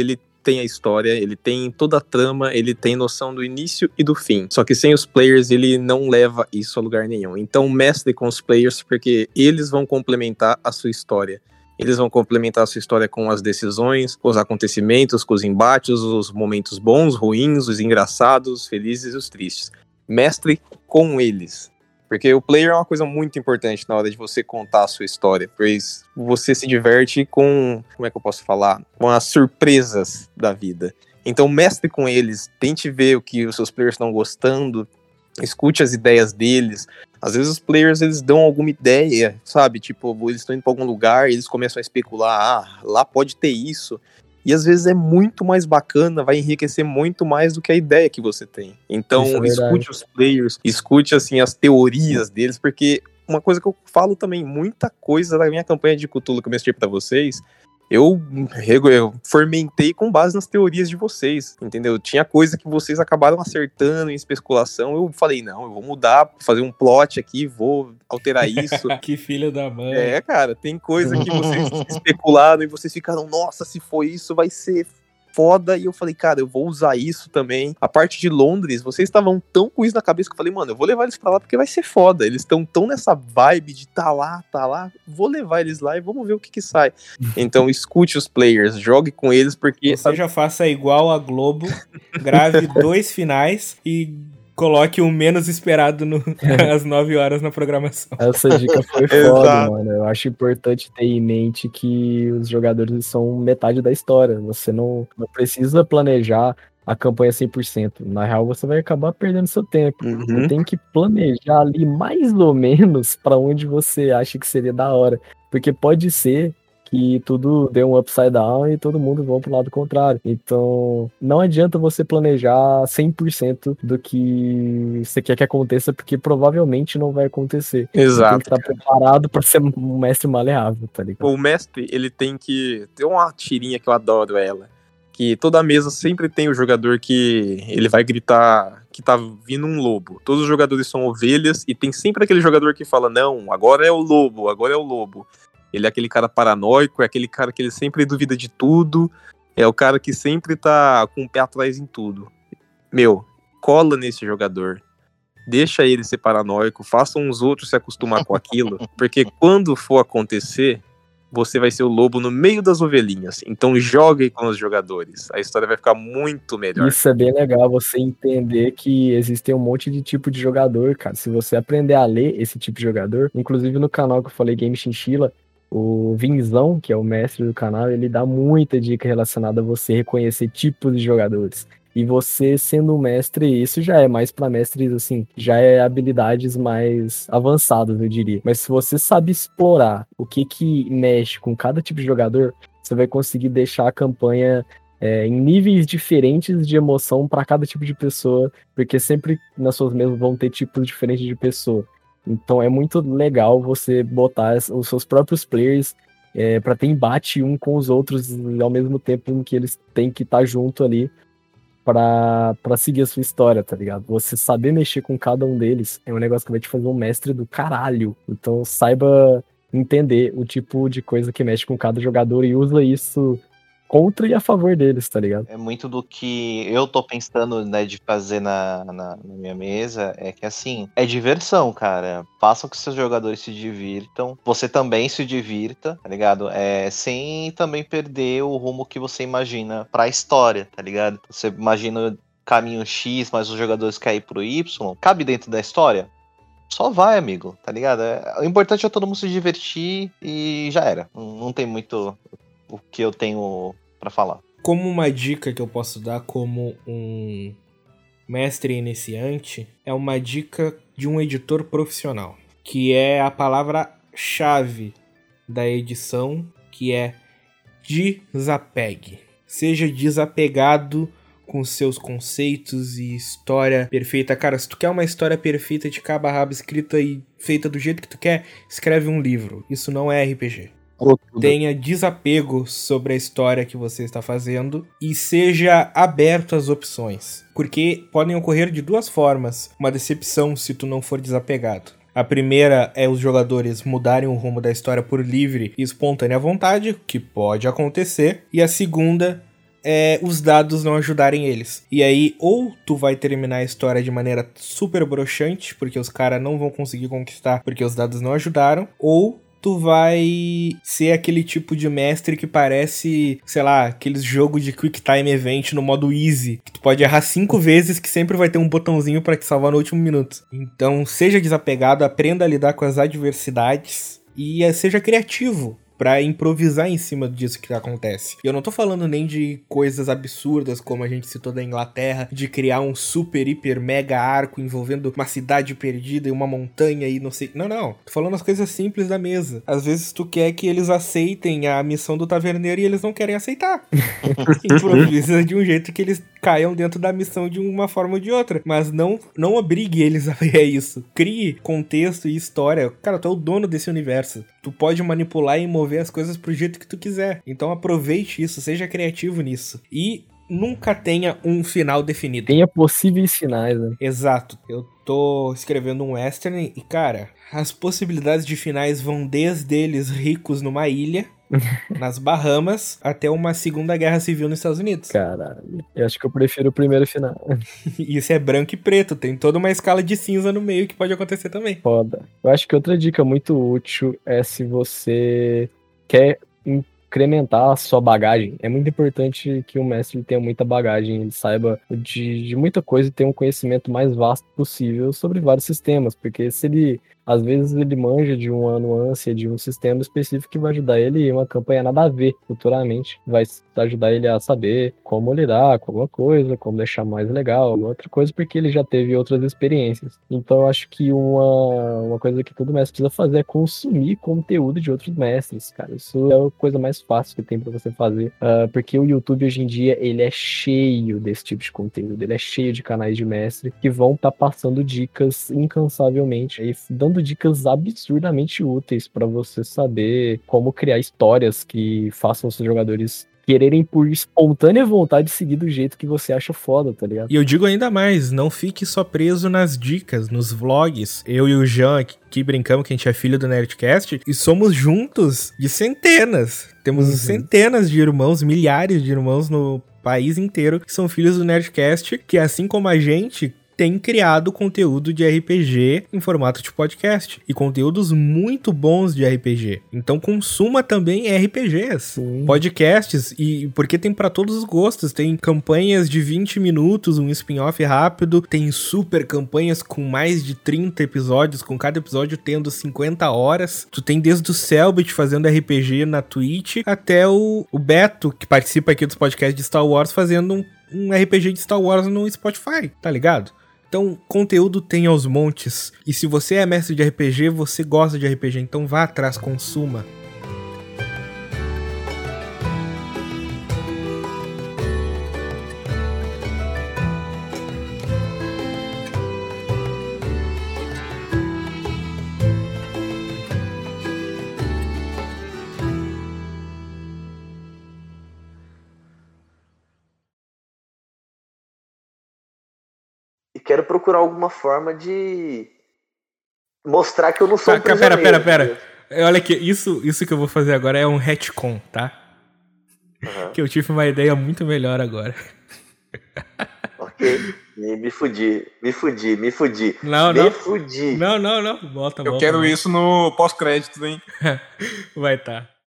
tem a história, ele tem toda a trama, ele tem noção do início e do fim. Só que sem os players, ele não leva isso a lugar nenhum. Então, mestre com os players, porque eles vão complementar a sua história. Eles vão complementar a sua história com as decisões, com os acontecimentos, com os embates, os momentos bons, ruins, os engraçados, os felizes e os tristes. Mestre com eles. Porque o player é uma coisa muito importante na hora de você contar a sua história, pois você se diverte com, como é que eu posso falar? Com as surpresas da vida. Então, mestre com eles, tente ver o que os seus players estão gostando, escute as ideias deles. Às vezes os players, eles dão alguma ideia, sabe? Tipo, eles estão indo pra algum lugar e eles começam a especular, ah, lá pode ter isso. E às vezes é muito mais bacana, vai enriquecer muito mais do que a ideia que você tem. Então, Isso é verdade. escute os players, escute, assim, as teorias deles, porque uma coisa que eu falo também, muita coisa da minha campanha de Cthulhu que eu mostrei pra vocês, eu, eu fermentei com base nas teorias de vocês, entendeu? Tinha coisa que vocês acabaram acertando em especulação, eu falei, não, eu vou mudar, fazer um plot aqui, vou alterar isso. Que filho da mãe. É, cara, tem coisa que vocês especularam e vocês ficaram, nossa, se for isso vai ser foda, e eu falei, cara, eu vou usar isso também. A parte de Londres, vocês estavam tão com isso na cabeça que eu falei, mano, eu vou levar eles pra lá porque vai ser foda. Eles estão tão nessa vibe de tá lá, tá lá, vou levar eles lá e vamos ver o que que sai. Então, escute os players, jogue com eles, porque... Você já faça igual a Globo, grave dois finais e coloque o menos esperado no, às nove horas na programação. Essa dica foi foda, Exato. mano. Eu acho importante ter em mente que os jogadores são metade da história. Você não, não precisa planejar a campanha cem por cento. Na real, você vai acabar perdendo seu tempo. Uhum. Você tem que planejar ali mais ou menos pra onde você acha que seria da hora. Porque pode ser que tudo dê um upside down e todo mundo vá pro lado contrário. Então, não adianta você planejar cem por cento do que você quer que aconteça, porque provavelmente não vai acontecer. Exato, Você tem que estar preparado pra ser um mestre maleável, tá ligado? O mestre, ele tem que... Tem uma tirinha que eu adoro ela, que toda mesa sempre tem o jogador que ele vai gritar que tá vindo um lobo. Todos os jogadores são ovelhas e tem sempre aquele jogador que fala, não, agora é o lobo, agora é o lobo. Ele é aquele cara paranoico, é aquele cara que ele sempre duvida de tudo, é o cara que sempre tá com o pé atrás em tudo. Meu, cola nesse jogador. Deixa ele ser paranoico, façam os outros se acostumar com aquilo, porque quando for acontecer, você vai ser o lobo no meio das ovelhinhas. Então jogue com os jogadores. A história vai ficar muito melhor. Isso é bem legal, você entender que existem um monte de tipo de jogador, cara. Se você aprender a ler esse tipo de jogador, inclusive no canal que eu falei, Game Chinchilla, o Vinzão, que é o mestre do canal, ele dá muita dica relacionada a você reconhecer tipos de jogadores. E você sendo um mestre, isso já é mais pra mestres, assim, já é habilidades mais avançadas, eu diria. Mas se você sabe explorar o que que mexe com cada tipo de jogador, você vai conseguir deixar a campanha é, em níveis diferentes de emoção para cada tipo de pessoa, porque sempre nas suas mesas vão ter tipos diferentes de pessoa. Então é muito legal você botar os seus próprios players é, para ter embate um com os outros ao mesmo tempo em que eles têm que estar junto ali pra, pra seguir a sua história, tá ligado? Você saber mexer com cada um deles é um negócio que vai te fazer um mestre do caralho. Então saiba entender o tipo de coisa que mexe com cada jogador e usa isso contra e a favor deles, tá ligado? É muito do que eu tô pensando, né, de fazer na, na, na minha mesa, é que assim, é diversão, cara. Façam que seus jogadores se divirtam, você também se divirta, tá ligado? É, sem também perder o rumo que você imagina pra história, tá ligado? Você imagina o caminho X, mas os jogadores querem ir pro Y, cabe dentro da história? Só vai, amigo, tá ligado? É, o importante é todo mundo se divertir e já era. Não, não tem muito o que eu tenho pra falar. Como uma dica que eu posso dar como um mestre iniciante, é uma dica de um editor profissional, que é a palavra-chave da edição, que é desapegue. Seja desapegado com seus conceitos e história perfeita. Cara, se tu quer uma história perfeita de cabo a rabo, escrita e feita do jeito que tu quer, escreve um livro. Isso não é R P G. Tenha desapego sobre a história que você está fazendo e seja aberto às opções, porque podem ocorrer de duas formas uma decepção se tu não for desapegado. A primeira é os jogadores mudarem o rumo da história por livre e espontânea vontade, que pode acontecer, e a segunda é, os dados não ajudarem eles. E aí, ou tu vai terminar a história de maneira super broxante, porque os caras não vão conseguir conquistar porque os dados não ajudaram, ou tu vai ser aquele tipo de mestre que parece, sei lá, aqueles jogos de Quick Time Event no modo easy, que tu pode errar cinco vezes que sempre vai ter um botãozinho pra te salvar no último minuto. Então, seja desapegado, aprenda a lidar com as adversidades e seja criativo pra improvisar em cima disso que acontece. E eu não tô falando nem de coisas absurdas, como a gente citou da Inglaterra, de criar um super, hiper, mega arco envolvendo uma cidade perdida e uma montanha e não sei... Não, não. Tô falando as coisas simples da mesa. Às vezes tu quer que eles aceitem a missão do taverneiro e eles não querem aceitar. Improvisa de um jeito que eles caiam dentro da missão de uma forma ou de outra. Mas não, não obrigue eles a ver isso. Crie contexto e história. Cara, tu é o dono desse universo. Tu pode manipular e mover as coisas pro jeito que tu quiser. Então aproveite isso, seja criativo nisso. E nunca tenha um final definido. Tenha possíveis finais, né? Exato. Eu tô escrevendo um western e, cara, as possibilidades de finais vão desde eles ricos numa ilha, nas Bahamas, até uma segunda guerra civil nos Estados Unidos. Caralho. Eu acho que eu prefiro o primeiro final. Isso é branco e preto. Tem toda uma escala de cinza no meio que pode acontecer também. Foda. Eu acho que outra dica muito útil é se você quer incrementar a sua bagagem. É muito importante que o mestre tenha muita bagagem, ele saiba de, de muita coisa e tenha um conhecimento mais vasto possível sobre vários sistemas, porque se ele, às vezes ele manja de uma nuance de um sistema específico que vai ajudar ele em uma campanha nada a ver futuramente, vai ajudar ele a saber como lidar com alguma coisa, como deixar mais legal, alguma outra coisa, porque ele já teve outras experiências. Então eu acho que uma, uma coisa que todo mestre precisa fazer é consumir conteúdo de outros mestres, cara. Isso é a coisa mais fácil que tem pra você fazer, uh, porque o YouTube hoje em dia, ele é cheio desse tipo de conteúdo, ele é cheio de canais de mestre que vão estar tá passando dicas incansavelmente e dando dicas absurdamente úteis pra você saber como criar histórias que façam os seus jogadores quererem por espontânea vontade seguir do jeito que você acha foda, tá ligado? E eu digo ainda mais, não fique só preso nas dicas, nos vlogs. Eu e o Jean aqui brincamos que a gente é filho do Nerdcast e somos juntos de centenas. Temos uhum. centenas de irmãos, milhares de irmãos no país inteiro que são filhos do Nerdcast, que assim como a gente tem criado conteúdo de R P G em formato de podcast. E conteúdos muito bons de R P G. Então consuma também R P Gs. Sim. Podcasts, e porque tem pra todos os gostos. Tem campanhas de vinte minutos, um spin-off rápido. Tem super campanhas com mais de trinta episódios, com cada episódio tendo cinquenta horas. Tu tem desde o Selbit fazendo R P G na Twitch, até o, o Beto, que participa aqui dos podcasts de Star Wars, fazendo um, um R P G de Star Wars no Spotify, tá ligado? Então, conteúdo tem aos montes. E se você é mestre de R P G, você gosta de R P G, então vá atrás, consuma. Quero procurar alguma forma de mostrar que eu não sou ah, um prisioneiro. Pera, pera, pera. Olha aqui, isso, isso que eu vou fazer agora é um retcon, tá? Uhum. Que eu tive uma ideia muito melhor agora. Ok. Me, me fudi, me fudi, me fudi. Não, me não. fudi. Não, não, não. Volta, eu volta. quero volta. isso no pós-crédito, hein? Vai tá.